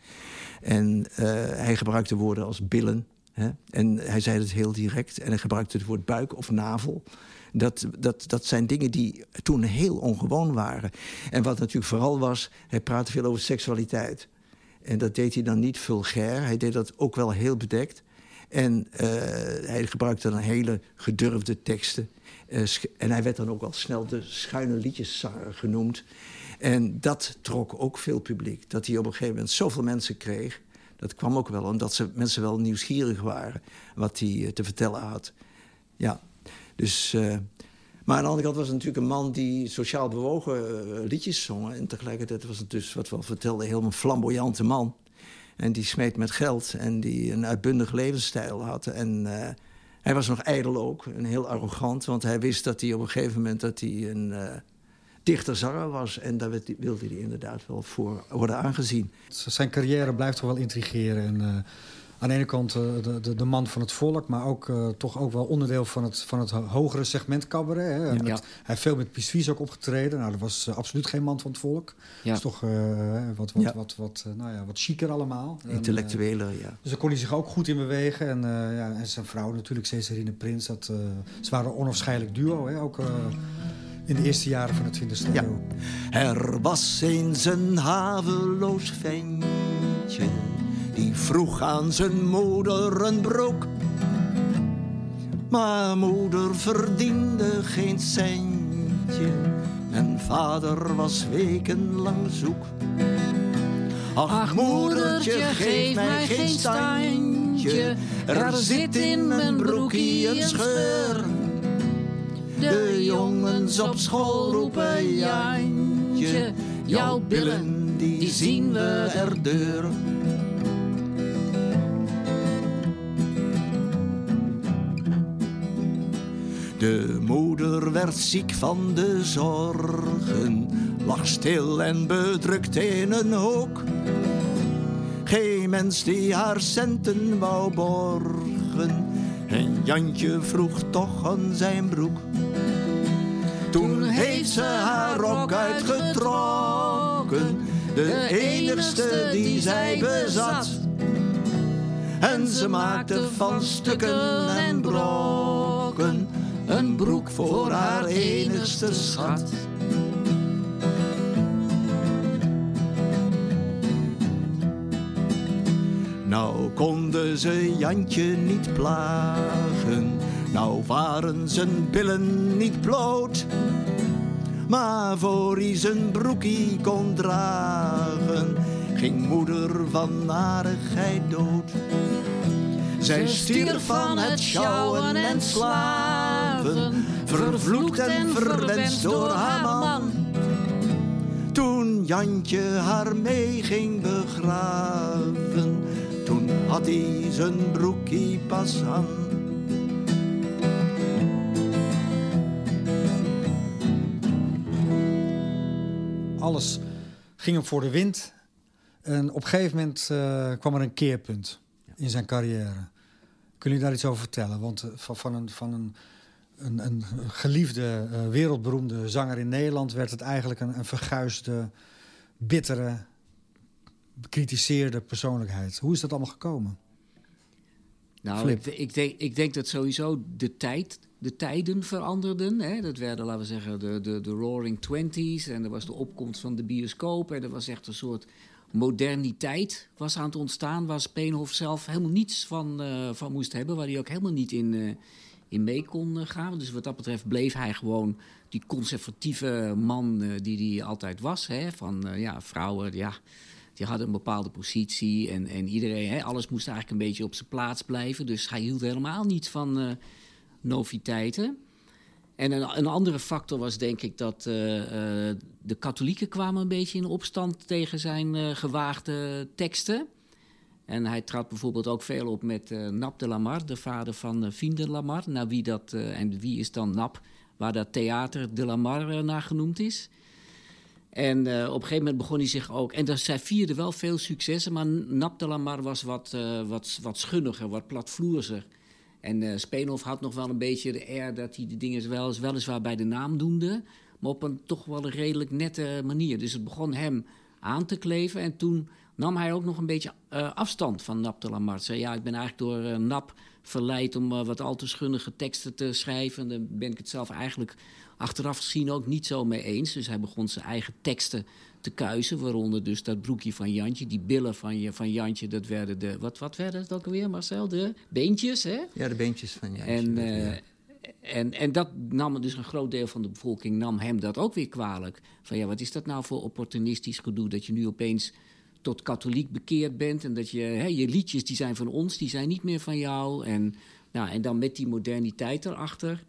En uh, hij gebruikte woorden als billen. Hè? En hij zei het heel direct. En hij gebruikte het woord buik of navel... Dat, dat, dat zijn dingen die toen heel ongewoon waren. En wat natuurlijk vooral was, hij praatte veel over seksualiteit. En dat deed hij dan niet vulgair. Hij deed dat ook wel heel bedekt. En uh, hij gebruikte dan hele gedurfde teksten. Uh, en hij werd dan ook al snel de schuine liedjeszanger genoemd. En dat trok ook veel publiek. Dat hij op een gegeven moment zoveel mensen kreeg. Dat kwam ook wel omdat ze, mensen wel nieuwsgierig waren wat hij uh, te vertellen had. Ja. Dus, uh, maar aan de andere kant was het natuurlijk een man die sociaal bewogen uh, liedjes zong. En tegelijkertijd was het dus, wat we al vertelden, een heel flamboyante man. En die smeet met geld en die een uitbundige levensstijl had. En uh, hij was nog ijdel ook, en heel arrogant. Want hij wist dat hij op een gegeven moment dat hij een uh, dichter-zanger was. En daar werd, wilde hij inderdaad wel voor worden aangezien. Zijn carrière blijft toch wel intrigeren. En, uh... aan de ene kant uh, de, de, de man van het volk... maar ook uh, toch ook wel onderdeel van het, van het hogere segment cabaret. Hè. Ja. Met, hij heeft veel met Pies ook opgetreden. Nou, dat was uh, absoluut geen man van het volk. Ja. Dat is toch uh, wat, wat, ja. wat, wat, uh, nou ja, wat chiquer allemaal. Intellectueler, uh, ja. Dus daar kon hij zich ook goed in bewegen. En, uh, ja, en zijn vrouw natuurlijk, Cesarine Prins. Dat, uh, ze waren een onafscheidelijk duo, hè, ook... Uh, in de eerste jaren van de twintigste ja. eeuw. Er was eens een haveloos ventje... die vroeg aan zijn moeder een broek. Maar moeder verdiende geen centje... en vader was wekenlang zoek. Ach, Ach moedertje, geef mij geen standje... Jantje, er zit in mijn broekie een scheur. De jongens op school roepen Jantje, jouw billen die zien we erdeur. De moeder werd ziek van de zorgen, lag stil en bedrukt in een hoek. Geen mens die haar centen wou borgen, en Jantje vroeg toch aan zijn broek. Toen heeft ze haar rok uitgetrokken, de enigste die zij bezat. En ze maakte van stukken en brokken een broek voor haar enigste schat. Nou konden ze Jantje niet plagen, nou waren zijn billen niet bloot. Maar voor hij zijn broekie kon dragen, ging moeder van narigheid dood. Zij stierf van het sjouwen en slaven, vervloekt en verwenst door haar man. Toen Jantje haar mee ging begraven, toen had hij zijn broekie pas aan. Alles ging hem voor de wind. En op een gegeven moment uh, kwam er een keerpunt in zijn carrière. Kun je daar iets over vertellen? Want uh, van, van, een, van een, een, een geliefde, uh, wereldberoemde zanger in Nederland werd het eigenlijk een, een verguisde, bittere, bekritiseerde persoonlijkheid. Hoe is dat allemaal gekomen? Nou, ik, ik, denk, ik denk dat sowieso de tijd, de tijden veranderden. Hè? Dat werden, laten we zeggen, de, de, de Roaring Twenties. En er was de opkomst van de bioscoop. En er was echt een soort moderniteit was aan het ontstaan, waar Speenhof zelf helemaal niets van, uh, van moest hebben, waar hij ook helemaal niet in, uh, in mee kon uh, gaan. Dus wat dat betreft bleef hij gewoon die conservatieve man uh, die hij altijd was. Hè? Van uh, ja, vrouwen, ja, die hadden een bepaalde positie en, en iedereen, hè, alles moest eigenlijk een beetje op zijn plaats blijven. Dus hij hield helemaal niet van uh, noviteiten. En een, een andere factor was denk ik dat uh, uh, de katholieken kwamen een beetje in opstand tegen zijn uh, gewaagde teksten. En hij trad bijvoorbeeld ook veel op met uh, Nap de Lamar, de vader van uh, Fien de Lamar. Nou, wie dat, uh, en wie is dan Nap, waar dat theater de Lamar uh, naar genoemd is. En uh, op een gegeven moment begon hij zich ook... En dus, zij vierde wel veel successen, maar Nap de Lamar was wat, uh, wat, wat schunniger, wat platvloerser. En uh, Speenhof had nog wel een beetje de air dat hij de dingen wel, weliswaar bij de naam noemde, maar op een toch wel een redelijk nette manier. Dus het begon hem aan te kleven en toen nam hij ook nog een beetje uh, afstand van Nap de Lamar. Zei, ja, ik ben eigenlijk door uh, Nap verleid om uh, wat al te schunnige teksten te schrijven. En daar ben ik het zelf eigenlijk achteraf gezien ook niet zo mee eens. Dus hij begon zijn eigen teksten te kuisen, waaronder dus dat broekje van Jantje, die billen van, je, van Jantje, dat werden de... Wat, wat werden het ook alweer, Marcel? De beentjes, hè? Ja, de beentjes van Jantje. En, uh, en, en dat nam dus een groot deel van de bevolking nam hem dat ook weer kwalijk. Van ja, wat is dat nou voor opportunistisch gedoe, dat je nu opeens tot katholiek bekeerd bent en dat je, hè, je liedjes die zijn van ons, die zijn niet meer van jou. En, nou, en dan met die moderniteit erachter,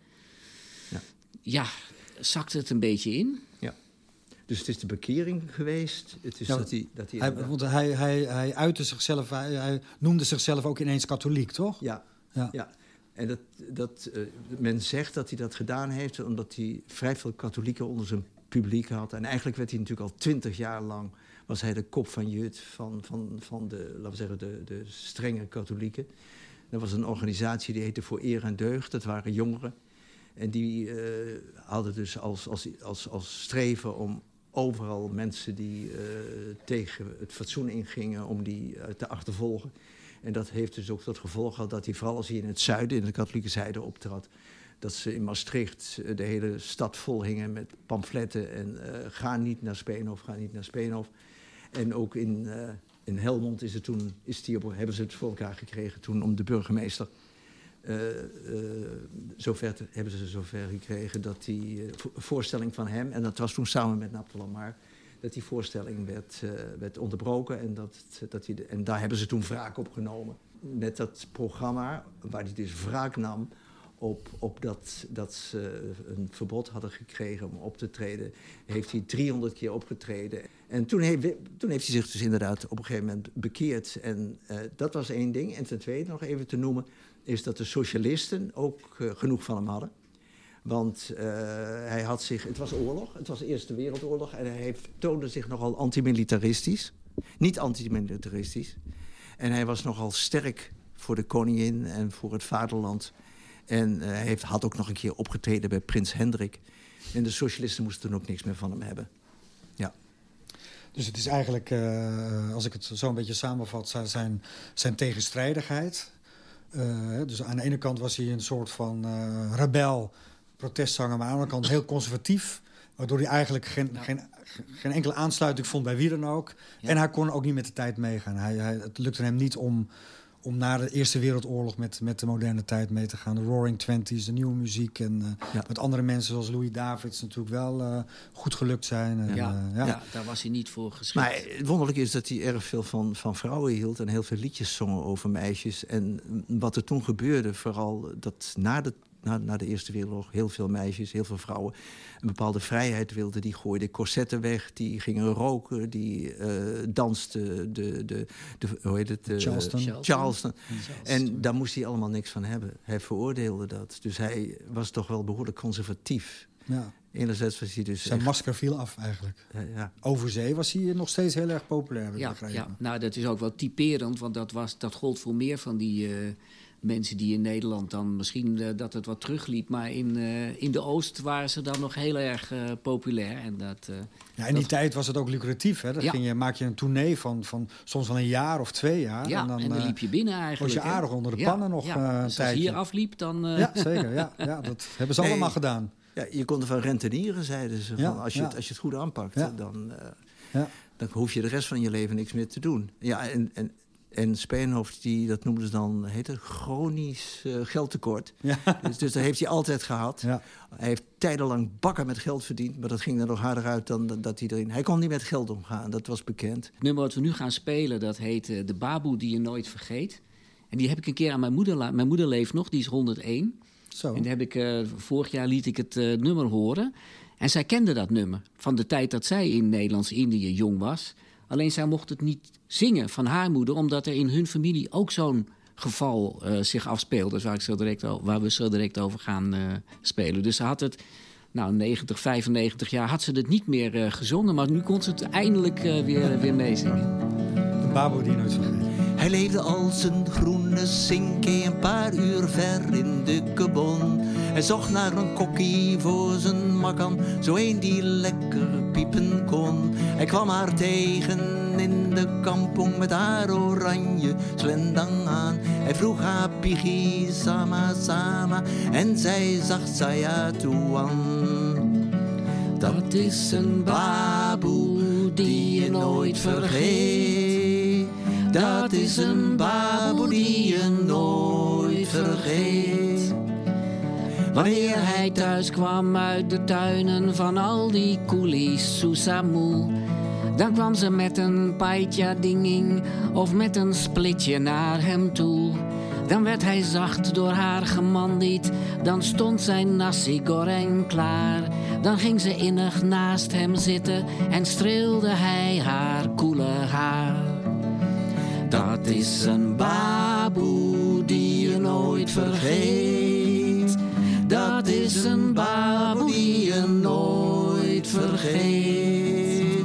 ja, ja zakte het een beetje in. Ja. Dus het is de bekering geweest. Het is ja, dat hij, dat hij, hij, want hij, hij, hij uitte zichzelf, hij, hij noemde zichzelf ook ineens katholiek, toch? Ja, ja. ja. En dat, dat, uh, men zegt dat hij dat gedaan heeft omdat hij vrij veel katholieken onder zijn publiek had. En eigenlijk werd hij natuurlijk al twintig jaar lang, was hij de kop van Jut van, van, van de, laten we zeggen, de, de strenge katholieken. Er was een organisatie die heette Voor Eer en Deugd. Dat waren jongeren. En die uh, hadden dus als, als, als, als streven om overal mensen die uh, tegen het fatsoen ingingen, om die uh, te achtervolgen. En dat heeft dus ook tot gevolg gehad dat hij, vooral als hij in het zuiden, in de katholieke zijde optrad, dat ze in Maastricht de hele stad vol hingen met pamfletten en uh, ga niet naar Speenhof, ga niet naar Speenhof. En ook in, uh, in Helmond is het toen, is die op, hebben ze het voor elkaar gekregen toen om de burgemeester. Uh, uh, zover te, hebben ze zover gekregen dat die uh, voorstelling van hem, en dat was toen samen met Nap de Lamar, dat die voorstelling werd, uh, werd onderbroken en, dat, dat die de, en daar hebben ze toen wraak op genomen. met dat programma, waar hij dus wraak nam op, op dat, dat ze een verbod hadden gekregen om op te treden, heeft hij driehonderd keer opgetreden. En toen heeft, toen heeft hij zich dus inderdaad op een gegeven moment bekeerd. En uh, dat was één ding. En ten tweede nog even te noemen, is dat de socialisten ook uh, genoeg van hem hadden. Want uh, hij had zich, het was oorlog, het was de Eerste Wereldoorlog en hij heeft, toonde zich nogal antimilitaristisch. Niet antimilitaristisch. En hij was nogal sterk voor de koningin en voor het vaderland. En uh, hij heeft, had ook nog een keer opgetreden bij prins Hendrik. En de socialisten moesten toen ook niks meer van hem hebben. Ja. Dus het is eigenlijk, uh, als ik het zo een beetje samenvat, zijn, zijn tegenstrijdigheid. Uh, dus aan de ene kant was hij een soort van uh, rebel, protestzanger, maar aan de andere kant heel conservatief. Waardoor hij eigenlijk geen, ja. geen, geen enkele aansluiting vond bij wie dan ook. Ja. En hij kon ook niet met de tijd meegaan. Hij, hij, het lukte hem niet om, om na de Eerste Wereldoorlog met, met de moderne tijd mee te gaan. De Roaring Twenties, de nieuwe muziek. En uh, ja. met andere mensen zoals Louis Davids natuurlijk wel uh, goed gelukt zijn. En, ja. Uh, ja. ja, daar was hij niet voor geschikt. Maar het wonderlijke is dat hij erg veel van, van vrouwen hield en heel veel liedjes zongen over meisjes. En wat er toen gebeurde, vooral dat na de Na, na de Eerste Wereldoorlog, heel veel meisjes, heel veel vrouwen een bepaalde vrijheid wilden. Die gooiden corsetten weg, die gingen roken, die uh, dansten de, de, de, hoe heet het? Uh, Charleston. Charleston. Charleston. En daar moest hij allemaal niks van hebben. Hij veroordeelde dat. Dus hij was toch wel behoorlijk conservatief. Ja. Enerzijds was hij dus Zijn echt... masker viel af eigenlijk. Ja, ja. Over zee was hij nog steeds heel erg populair. Ja, ja, nou dat is ook wel typerend, want dat, was, dat gold voor meer van die... Uh, mensen die in Nederland dan misschien uh, dat het wat terugliep. Maar in, uh, in de Oost waren ze dan nog heel erg uh, populair. En dat, uh, ja, in die dat... tijd was het ook lucratief. Hè? Dan ja. ging je, maak je een tournee van, van soms wel een jaar of twee jaar. Ja, en dan, en dan liep je binnen eigenlijk. Was je aardig onder de ja, pannen nog ja. uh, een dus tijdje. als hier afliep, dan... Uh... Ja, zeker. Ja, ja, dat hebben ze nee, allemaal gedaan. Ja, je kon ervan rentenieren, zeiden ze. Ja, van als, je ja. het, als je het goed aanpakt, Ja. dan, uh, ja. dan hoef je de rest van je leven niks meer te doen. Ja, en... en En Speenhof, die, dat noemden ze dan, heet het, chronisch uh, geldtekort. Ja. Dus, dus dat heeft hij altijd gehad. Ja. Hij heeft tijdenlang bakken met geld verdiend, maar dat ging er nog harder uit dan dat, dat hij erin... Hij kon niet met geld omgaan, dat was bekend. Het nummer wat we nu gaan spelen, dat heet uh, De Baboe die je nooit vergeet. En die heb ik een keer aan mijn moeder... La- mijn moeder leeft nog, die is honderdéén. Zo. En heb ik, uh, vorig jaar liet ik het uh, nummer horen. En zij kende dat nummer van de tijd dat zij in Nederlands-Indië jong was... Alleen zij mocht het niet zingen van haar moeder... omdat er in hun familie ook zo'n geval uh, zich afspeelde... Dus waar, ik zo direct o- waar we zo direct over gaan uh, spelen. Dus ze had het, nou, negentig, vijfennegentig jaar... had ze het niet meer uh, gezongen... maar nu kon ze het eindelijk uh, weer, uh, weer meezingen. De Baboe die je nooit vergeet. Hij leefde als een groene sinke een paar uur ver in de kabon. Hij zocht naar een kokkie voor zijn makkan, zo een die lekker piepen kon. Hij kwam haar tegen in de kampong met haar oranje slendang aan. Hij vroeg haar pigi sama sama en zij zag sayatu aan. Dat is een baboe die je nooit vergeet. Dat is een baboe die je nooit vergeet. Wanneer hij thuis kwam uit de tuinen van al die coolies Susamu, dan kwam ze met een paitja dinging of met een splitje naar hem toe. Dan werd hij zacht door haar gemandied, dan stond zijn nasi goreng klaar. Dan ging ze innig naast hem zitten en streelde hij haar koele haar. Dat is een baboe die je nooit vergeet. Dat is een baboe die je nooit vergeet.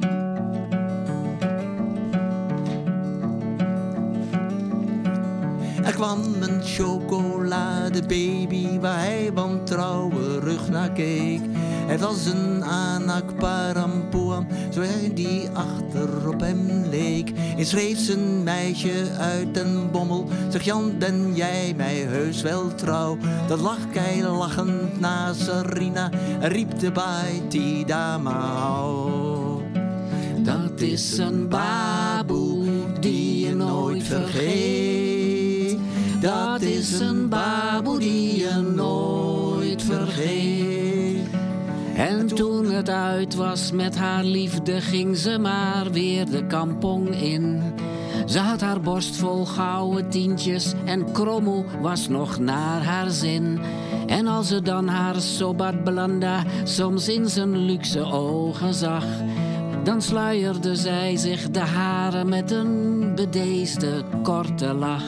Er kwam een chocoladebaby waar hij wantrouwerig naar keek. Het was een anak parampoam, zo hij die achter op hem leek. Eens schreef zijn meisje uit een bommel, zeg Jan, ben jij mij heus wel trouw? Dat lag hij lachend na Sarina en riep de baai dama hou. Dat is een baboe die je nooit vergeet. Dat is een baboe die je nooit vergeet. En toen het uit was met haar liefde, ging ze maar weer de kampong in. Ze had haar borst vol gouden tientjes en krommel was nog naar haar zin. En als ze dan haar sobat blanda soms in zijn luxe ogen zag, dan sluierde zij zich de haren met een bedeesde korte lach.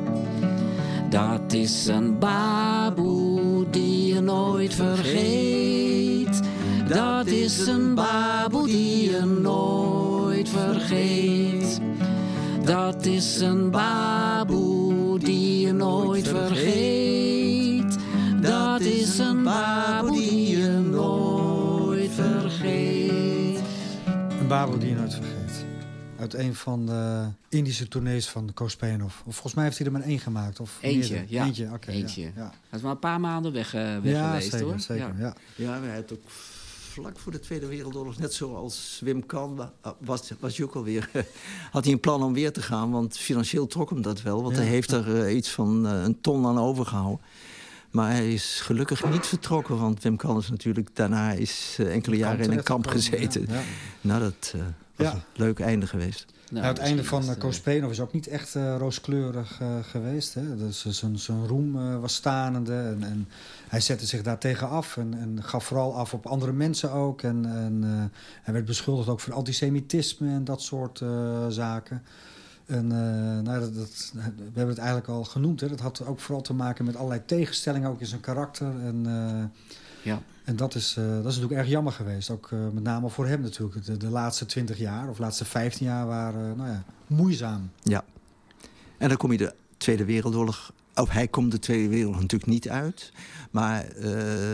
Dat is een baboe die je nooit vergeet. Dat is een baboe die je nooit vergeet. Dat is een baboe die je nooit vergeet. Dat is een baboe die je nooit vergeet. Een baboe die je nooit vergeet. Uit een van de Indische tournees van Koos Peenhof. Of volgens mij heeft hij er maar één gemaakt. Of Eentje, meerdere. ja. Eentje, oké. Okay, Eentje. Ja, ja. Hij is maar een paar maanden weg, uh, weg ja, geweest, zeker, hoor. Zeker, ja. Ja. Ja, maar hij had ook vlak voor de Tweede Wereldoorlog, net zoals Wim Kan, was, was hij ook alweer, had hij een plan om weer te gaan. Want financieel trok hem dat wel. Want ja. hij heeft er uh, iets van uh, een ton aan overgehouden. Maar hij is gelukkig niet vertrokken. Want Wim Kan is natuurlijk daarna is, uh, enkele jaren in een kamp gezeten. Ja, ja. Nou, dat uh, was ja. een leuk einde geweest. Nou, nou, het einde van uh, Koos Peenhof is ook niet echt uh, rooskleurig uh, geweest. Hè? Dus zijn, zijn roem uh, was stanende. En, en hij zette zich daar tegen af. En, en gaf vooral af op andere mensen ook. En, en uh, hij werd beschuldigd ook van antisemitisme en dat soort uh, zaken. En, uh, nou, dat, dat, we hebben het eigenlijk al genoemd. Hè? Dat had ook vooral te maken met allerlei tegenstellingen ook in zijn karakter. En, uh, ja. En dat is, uh, dat is natuurlijk erg jammer geweest. Ook uh, met name voor hem natuurlijk. De, de laatste twintig jaar of laatste vijftien jaar waren uh, nou ja, moeizaam. Ja. En dan kom je de Tweede Wereldoorlog... Of hij komt de Tweede Wereldoorlog natuurlijk niet uit. Maar uh,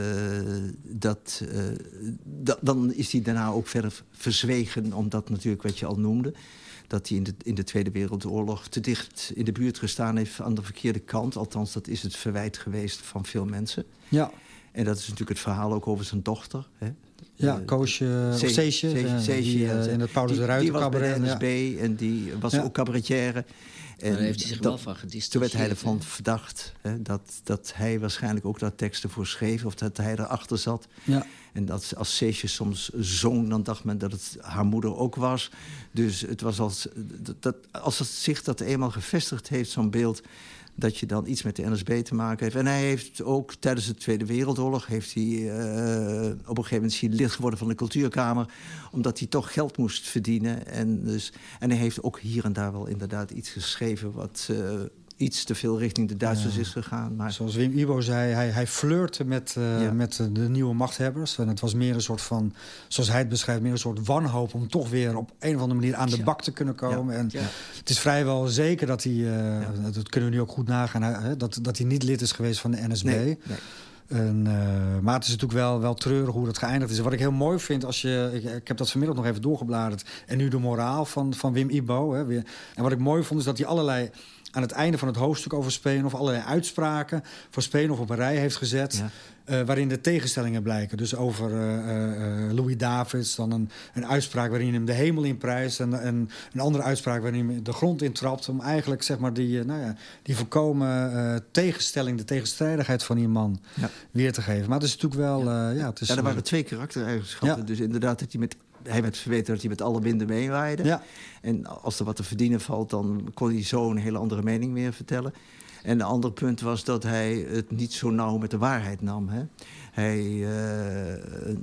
dat, uh, da, dan is hij daarna ook verder verzwegen. Omdat natuurlijk wat je al noemde. Dat hij in de, in de Tweede Wereldoorlog te dicht in de buurt gestaan heeft aan de verkeerde kant. Althans, dat is het verwijt geweest van veel mensen. Ja. En dat is natuurlijk het verhaal ook over zijn dochter. Hè? Ja, uh, Koosje, of Seesje, die uh, in het Paulus de Ruiter cabaret. Die was bij de N S B ja. en die was ja. ook cabaretière. En daar heeft hij zich dat, wel van gedistanceerd. Toen werd hij ervan hè? verdacht hè, dat, dat hij waarschijnlijk ook daar teksten voor schreef. Of dat hij erachter zat. Ja. En dat als Seesje soms zong, dan dacht men dat het haar moeder ook was. Dus het was als, dat, als het zich dat eenmaal gevestigd heeft, zo'n beeld, dat je dan iets met de N S B te maken heeft. En hij heeft ook tijdens de Tweede Wereldoorlog... heeft hij uh, op een gegeven moment is hij lid geworden van de Cultuurkamer... omdat hij toch geld moest verdienen. En, dus, en hij heeft ook hier en daar wel inderdaad iets geschreven... wat uh, iets te veel richting de Duitsers ja. is gegaan. Maar... Zoals Wim Ibo zei, hij, hij flirte met, uh, ja. met de nieuwe machthebbers. En het was meer een soort van, zoals hij het beschrijft... meer een soort wanhoop om toch weer op een of andere manier aan de ja. bak te kunnen komen. Ja. En ja. het is vrijwel zeker dat hij, uh, ja. dat kunnen we nu ook goed nagaan... Hè, dat, dat hij niet lid is geweest van de N S B. Nee, nee. En, uh, maar het is natuurlijk wel, wel treurig hoe dat geëindigd is. En wat ik heel mooi vind, als je, ik, ik heb dat vanmiddag nog even doorgebladerd... en nu de moraal van, van Wim Ibo. Hè, weer. En wat ik mooi vond, is dat hij allerlei... aan het einde van het hoofdstuk over Speenhof... allerlei uitspraken voor Speenhof op een rij heeft gezet... Ja. Uh, waarin de tegenstellingen blijken. Dus over uh, uh, Louis Davids, dan een, een uitspraak waarin hij hem de hemel in prijst... en, en een andere uitspraak waarin hij hem de grond intrapt... om eigenlijk zeg maar, die, uh, nou ja, die volkomen uh, tegenstelling, de tegenstrijdigheid van die man ja. weer te geven. Maar het is natuurlijk wel... Uh, ja, het is, ja, er waren twee karaktereigenschappen. Ja. Dus inderdaad dat hij met... Hij werd verweten dat hij met alle winden meewaaide. Ja. En als er wat te verdienen valt, dan kon hij zo een hele andere mening meer vertellen. En een ander punt was dat hij het niet zo nauw met de waarheid nam. Hè. Hij, uh,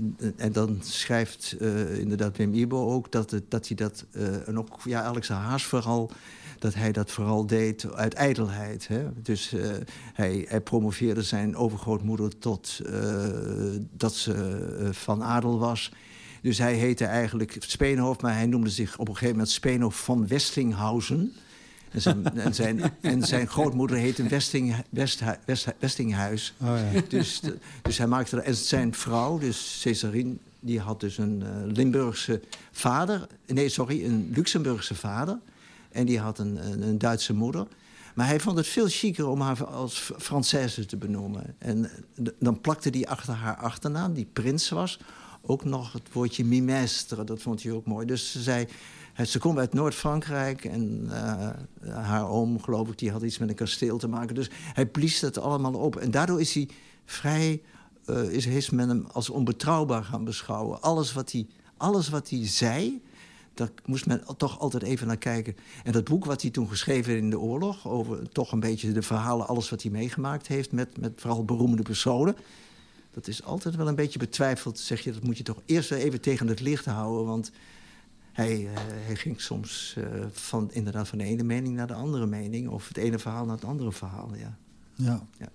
en dan schrijft uh, inderdaad Wim Ibo ook dat, het, dat hij dat... Uh, en ook ja, Alex Haas vooral... dat hij dat vooral deed uit ijdelheid. Hè. Dus uh, hij, hij promoveerde zijn overgrootmoeder tot uh, dat ze uh, van adel was... Dus hij heette eigenlijk Speenhof, maar hij noemde zich op een gegeven moment Speenhof van Westinghausen. En zijn, en zijn, en zijn grootmoeder heette Westing, West, West, Westinghuis. Oh ja. dus, dus hij maakte... En zijn vrouw, dus Césarine, die had dus een uh, Limburgse vader. Nee, sorry, een Luxemburgse vader. En die had een, een, een Duitse moeder. Maar hij vond het veel chiquer om haar als Française te benoemen. En dan plakte hij achter haar achternaam, die prins was... ook nog het woordje mimestre, dat vond hij ook mooi. Dus ze zei, ze komt uit Noord-Frankrijk... en uh, haar oom, geloof ik, die had iets met een kasteel te maken. Dus hij blies het allemaal op. En daardoor is hij vrij... Uh, is, is men hem als onbetrouwbaar gaan beschouwen. Alles wat hij, alles wat hij zei... daar moest men toch altijd even naar kijken. En dat boek wat hij toen geschreven heeft in de oorlog... over toch een beetje de verhalen, alles wat hij meegemaakt heeft... met, met vooral beroemde personen... dat is altijd wel een beetje betwijfeld. Zeg je, dat moet je toch eerst weer even tegen het licht houden... want hij, uh, hij ging soms uh, van, inderdaad van de ene mening naar de andere mening... of het ene verhaal naar het andere verhaal, ja. Ja. ja.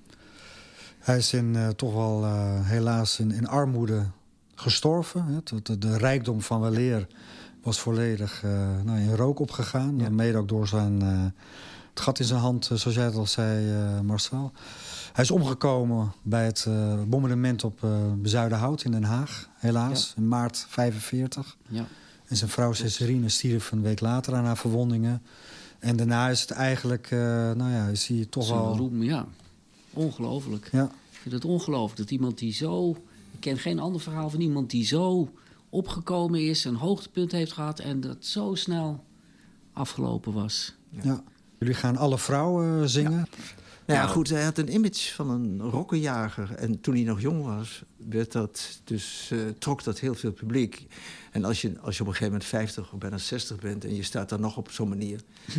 Hij is in, uh, toch wel uh, helaas in, in armoede gestorven. Hè? De, de, de rijkdom van weleer was volledig uh, nou, in rook opgegaan. Ja. Mede ook door zijn, uh, het gat in zijn hand, uh, zoals jij het al zei, uh, Marcel. Hij is omgekomen bij het uh, bombardement op uh, Bezuidenhout in Den Haag, helaas, ja. in maart vijfenveertig. Ja. En zijn vrouw Cesarine stierf een week later aan haar verwondingen. En daarna is het eigenlijk, uh, nou ja, is hij toch Zo'n wel... roem, ja. Ongelooflijk. Ja. Ik vind het ongelooflijk dat iemand die zo... Ik ken geen ander verhaal van iemand die zo opgekomen is... een hoogtepunt heeft gehad en dat zo snel afgelopen was. Ja. Ja. Jullie gaan Alle Vrouwen zingen. Ja. Nou ja, goed, hij had een image van een rokkenjager. En toen hij nog jong was, werd dat dus, uh, trok dat heel veel publiek. En als je, als je op een gegeven moment vijftig of bijna zestig bent... en je staat daar nog op zo'n manier...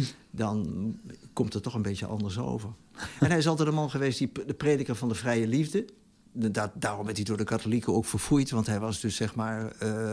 dan komt het toch een beetje anders over. En hij is altijd een man geweest, die, de prediker van de vrije liefde. Da- daarom werd hij door de katholieken ook verfoeid... want hij was dus zeg maar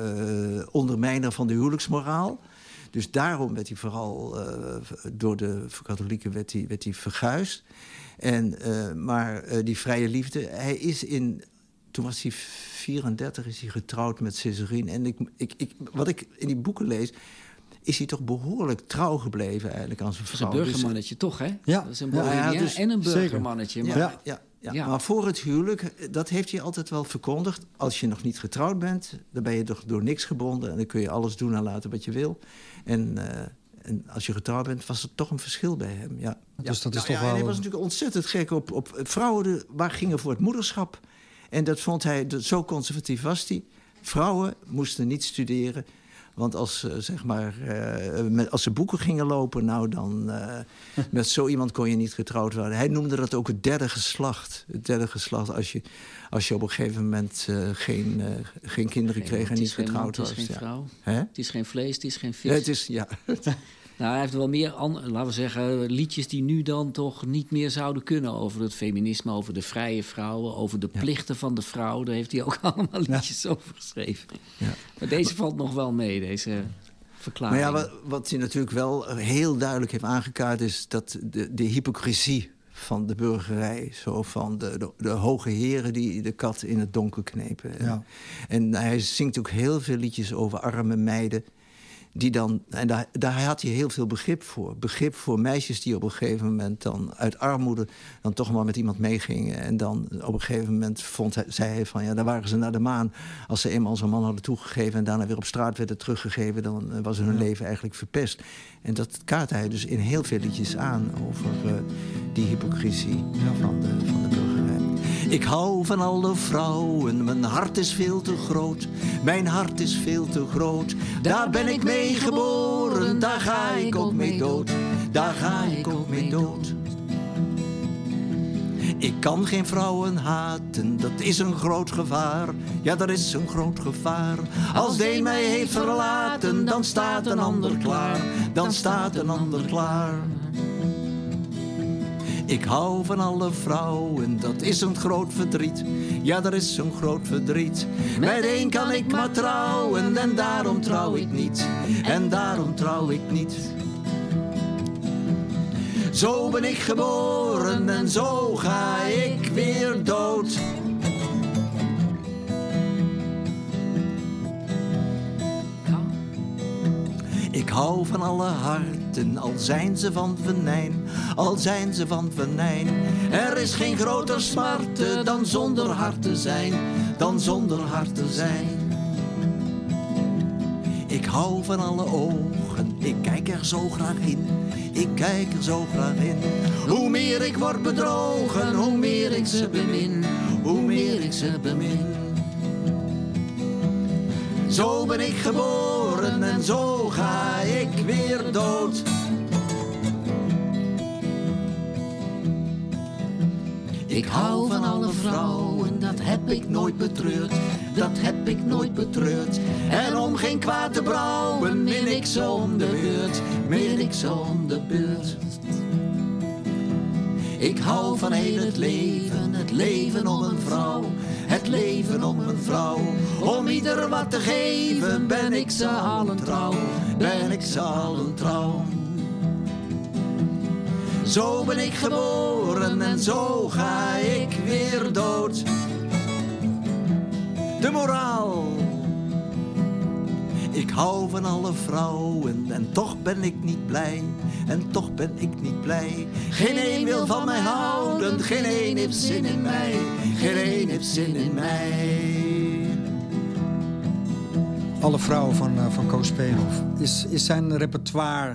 uh, ondermijner van de huwelijksmoraal... Dus daarom werd hij vooral uh, door de katholieken werd hij, werd hij verguisd. En, uh, maar uh, die vrije liefde, hij is in... Toen was hij vierendertig, is hij getrouwd met Cesarine. En ik, ik, ik, wat ik in die boeken lees... is hij toch behoorlijk trouw gebleven eigenlijk aan zijn vrouw. Dat is een burgermannetje, dus, toch, hè? Ja. Dat is een bohemia ja, dus, en een burgermannetje. Maar... Ja, ja, ja. Ja. Maar voor het huwelijk, dat heeft hij altijd wel verkondigd. Als je nog niet getrouwd bent, dan ben je toch door niks gebonden... en dan kun je alles doen en laten wat je wil. En, uh, en als je getrouwd bent, was er toch een verschil bij hem. Ja. Dus dat is nou, toch ja, wel... en hij was natuurlijk ontzettend gek op, op vrouwen... De, waar gingen voor het moederschap. En dat vond hij, zo conservatief was hij. Vrouwen moesten niet studeren... Want als, uh, zeg maar, uh, met, als ze boeken gingen lopen, nou dan... Uh, met zo iemand kon je niet getrouwd worden. Hij noemde dat ook het derde geslacht. Het derde geslacht als je, als je op een gegeven moment uh, geen, uh, geen kinderen geen, kreeg en niet getrouwd was. Het is geen ja. vrouw. Hè? Het is geen vlees, het is geen vis. Ja, het is, ja. Nou, hij heeft wel meer, laten we zeggen, liedjes die nu dan toch niet meer zouden kunnen... over het feminisme, over de vrije vrouwen... over de ja. plichten van de vrouw. Daar heeft hij ook allemaal liedjes ja. over geschreven. Ja. Maar deze valt nog wel mee, deze verklaring. Maar ja, wat, wat hij natuurlijk wel heel duidelijk heeft aangekaart... is dat de, de hypocrisie van de burgerij... zo van de, de, de hoge heren die de kat in het donker knepen. Ja. En hij zingt ook heel veel liedjes over arme meiden... Die dan, en daar, daar had hij heel veel begrip voor. Begrip voor meisjes die op een gegeven moment dan uit armoede... dan toch maar met iemand meegingen. En dan op een gegeven moment vond hij, zei hij van... ja, dan waren ze naar de maan. Als ze eenmaal zo'n man hadden toegegeven... en daarna weer op straat werden teruggegeven... dan was hun ja. leven eigenlijk verpest. En dat kaart hij dus in heel veel liedjes aan... over uh, die hypocrisie ja. van de, van de burgerij. Ik hou van alle vrouwen, mijn hart is veel te groot. Mijn hart is veel te groot. Daar ben ik mee geboren, daar ga ik ook mee dood. Daar ga ik ook mee dood. Ik kan geen vrouwen haten, dat is een groot gevaar. Ja, dat is een groot gevaar. Als de een mij heeft verlaten, dan staat een ander klaar. Dan staat een ander klaar. Ik hou van alle vrouwen, dat is een groot verdriet. Ja, dat is een groot verdriet. Met één kan ik maar trouwen en daarom trouw ik niet. En daarom trouw ik niet. Zo ben ik geboren en zo ga ik weer dood. Ik hou van alle harten, al zijn ze van venijn, al zijn ze van venijn. Er is geen groter smarte dan zonder hart te zijn, dan zonder hart te zijn. Ik hou van alle ogen, ik kijk er zo graag in, ik kijk er zo graag in. Hoe meer ik word bedrogen, hoe meer ik ze bemin, hoe meer ik ze bemin. Zo ben ik geboren en zo ga ik weer dood. Ik hou van alle vrouwen, dat heb ik nooit betreurd. dat heb ik nooit betreurd. En om geen kwaad te brouwen, min ik zo om de beurt, min ik zo om de beurt. Ik hou van heel het leven, het leven om een vrouw, het leven om een vrouw. Om ieder wat te geven, ben ik ze allen trouw, ben ik ze allen trouw. Zo ben ik geboren en zo ga ik weer dood. De moraal. Ik hou van alle vrouwen en toch ben ik niet blij. En toch ben ik niet blij. Geen een wil van mij houden, geen een heeft zin in mij. Geen een heeft zin in mij. Alle vrouwen van, uh, van Koos Speenhoff. Is, is zijn repertoire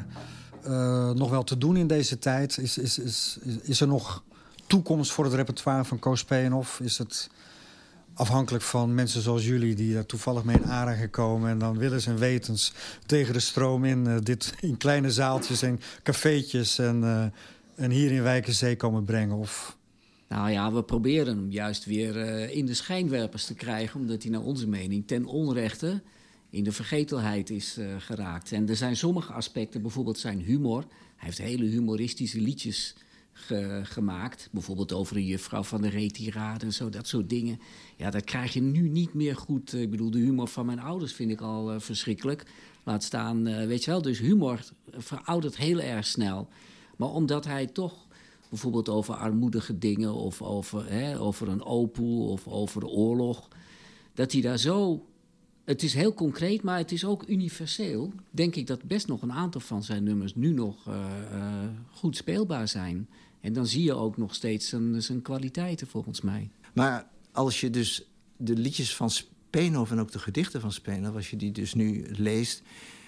uh, nog wel te doen in deze tijd? Is, is, is, is er nog toekomst voor het repertoire van Koos Speenhoff? Is het afhankelijk van mensen zoals jullie die daar toevallig mee in aanraking komen en dan willens en wetens tegen de stroom in, uh, dit in kleine zaaltjes en cafeetjes en, uh, en hier in Wijkenzee komen brengen? Of... Nou ja, we proberen hem juist weer uh, in de schijnwerpers te krijgen, omdat hij naar onze mening ten onrechte in de vergetelheid is uh, geraakt. En er zijn sommige aspecten, bijvoorbeeld zijn humor. Hij heeft hele humoristische liedjes Ge, gemaakt. Bijvoorbeeld over een juffrouw van de retirade en zo, dat soort dingen. Ja, dat krijg je nu niet meer goed. Ik bedoel, de humor van mijn ouders vind ik al uh, verschrikkelijk. Laat staan, uh, weet je wel, dus humor veroudert heel erg snel. Maar omdat hij toch bijvoorbeeld over armoedige dingen of over, hè, over een opoe of over de oorlog, dat hij daar zo... Het is heel concreet, maar het is ook universeel. Denk ik dat best nog een aantal van zijn nummers nu nog uh, uh, goed speelbaar zijn. En dan zie je ook nog steeds zijn, zijn kwaliteiten, volgens mij. Maar als je dus de liedjes van Speenhoff en ook de gedichten van Speenhoff, als je die dus nu leest,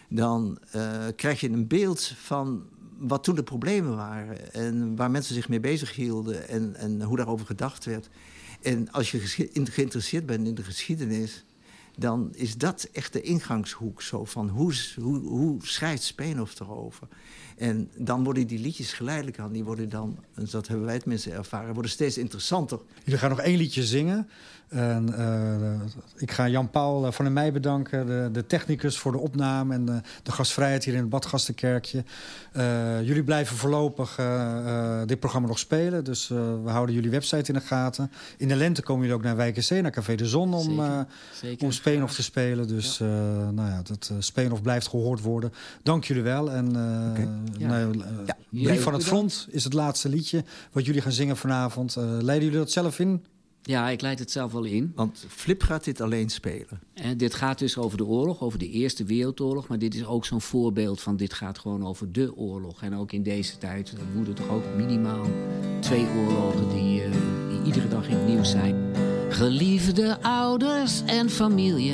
dan uh, krijg je een beeld van wat toen de problemen waren en waar mensen zich mee bezig hielden en, en hoe daarover gedacht werd. En als je geïnteresseerd bent in de geschiedenis, dan is dat echt de ingangshoek zo van hoe, hoe, hoe schrijft Speenhoff erover. En dan worden die liedjes geleidelijk aan, die worden dan, en dat hebben wij het mensen ervaren, worden steeds interessanter. Jullie gaan nog één liedje zingen. En, uh, ik ga Jan-Paul van der Meij bedanken, de, de technicus voor de opname en de, de gastvrijheid hier in het Badgastenkerkje. Uh, jullie blijven voorlopig uh, uh, dit programma nog spelen, dus uh, we houden jullie website in de gaten. In de lente komen jullie ook naar Wijkenzee, naar Café de Zon, om, Zeker. Uh, Zeker. om Speenhoff te spelen. Dus ja. uh, nou ja, dat uh, Speenhoff blijft gehoord worden. Dank jullie wel. En uh, okay. ja. nou, uh, ja. Brief van het Front is het laatste liedje wat jullie gaan zingen vanavond. Uh, leiden jullie dat zelf in? Ja, ik leid het zelf wel in. Want Flip gaat dit alleen spelen. En dit gaat dus over de oorlog, over de Eerste Wereldoorlog. Maar dit is ook zo'n voorbeeld van dit gaat gewoon over de oorlog. En ook in deze tijd woeden toch ook minimaal twee oorlogen die, uh, die iedere dag in het nieuws zijn. Geliefde ouders en familie,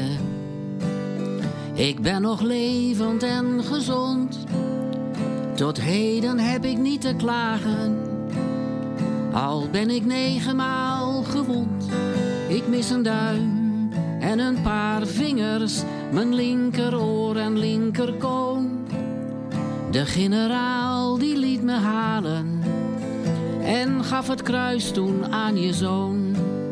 ik ben nog levend en gezond. Tot heden heb ik niet te klagen, al ben ik negenmaal gewond. Ik mis een duim en een paar vingers, mijn linkeroor en linkerkoon. De generaal die liet me halen en gaf het kruis toen aan je zoon.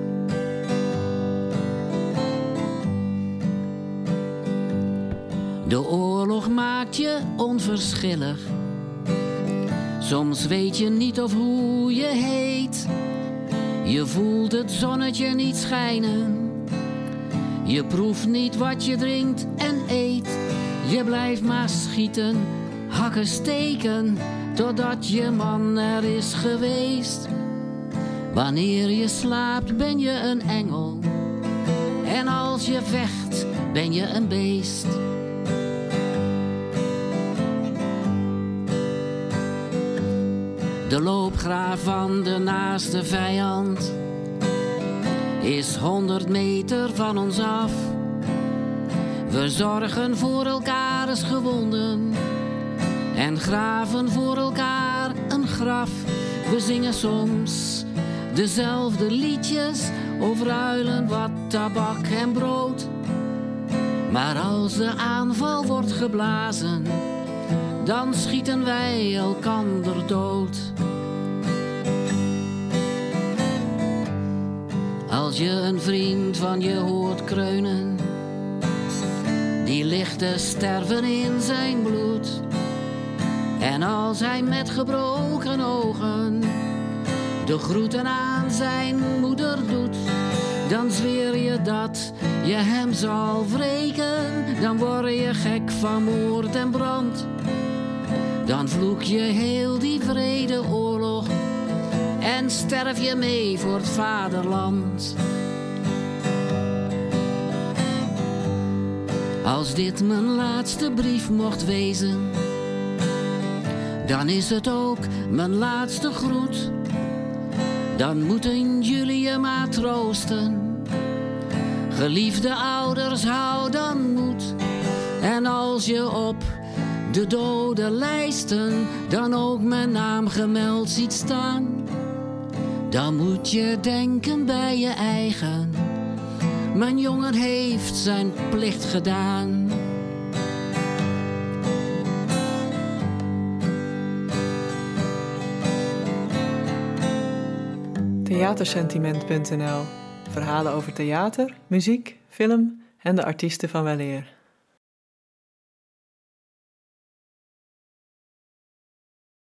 De oorlog maakt je onverschillig. Soms weet je niet of hoe je heet. Je voelt het zonnetje niet schijnen. Je proeft niet wat je drinkt en eet. Je blijft maar schieten, hakken, steken, totdat je man er is geweest. Wanneer je slaapt ben je een engel. En als je vecht ben je een beest. De loopgraaf van de naaste vijand is honderd meter van ons af. We zorgen voor elkaars gewonden en graven voor elkaar een graf. We zingen soms dezelfde liedjes of ruilen wat tabak en brood. Maar als de aanval wordt geblazen, dan schieten wij elkander dood. Als je een vriend van je hoort kreunen, die ligt te sterven in zijn bloed. En als hij met gebroken ogen de groeten aan zijn moeder doet, dan zweer je dat je hem zal wreken. Dan word je gek van moord en brand. Dan vloek je heel die vrede oorlog en sterf je mee voor het vaderland. Als dit mijn laatste brief mocht wezen, dan is het ook mijn laatste groet. Dan moeten jullie je maar troosten. Geliefde ouders, hou dan moed. En als je op de dodenlijsten dan ook mijn naam gemeld ziet staan, dan moet je denken bij je eigen: mijn jongen heeft zijn plicht gedaan. theatersentiment punt n l. Verhalen over theater, muziek, film en de artiesten van weleer.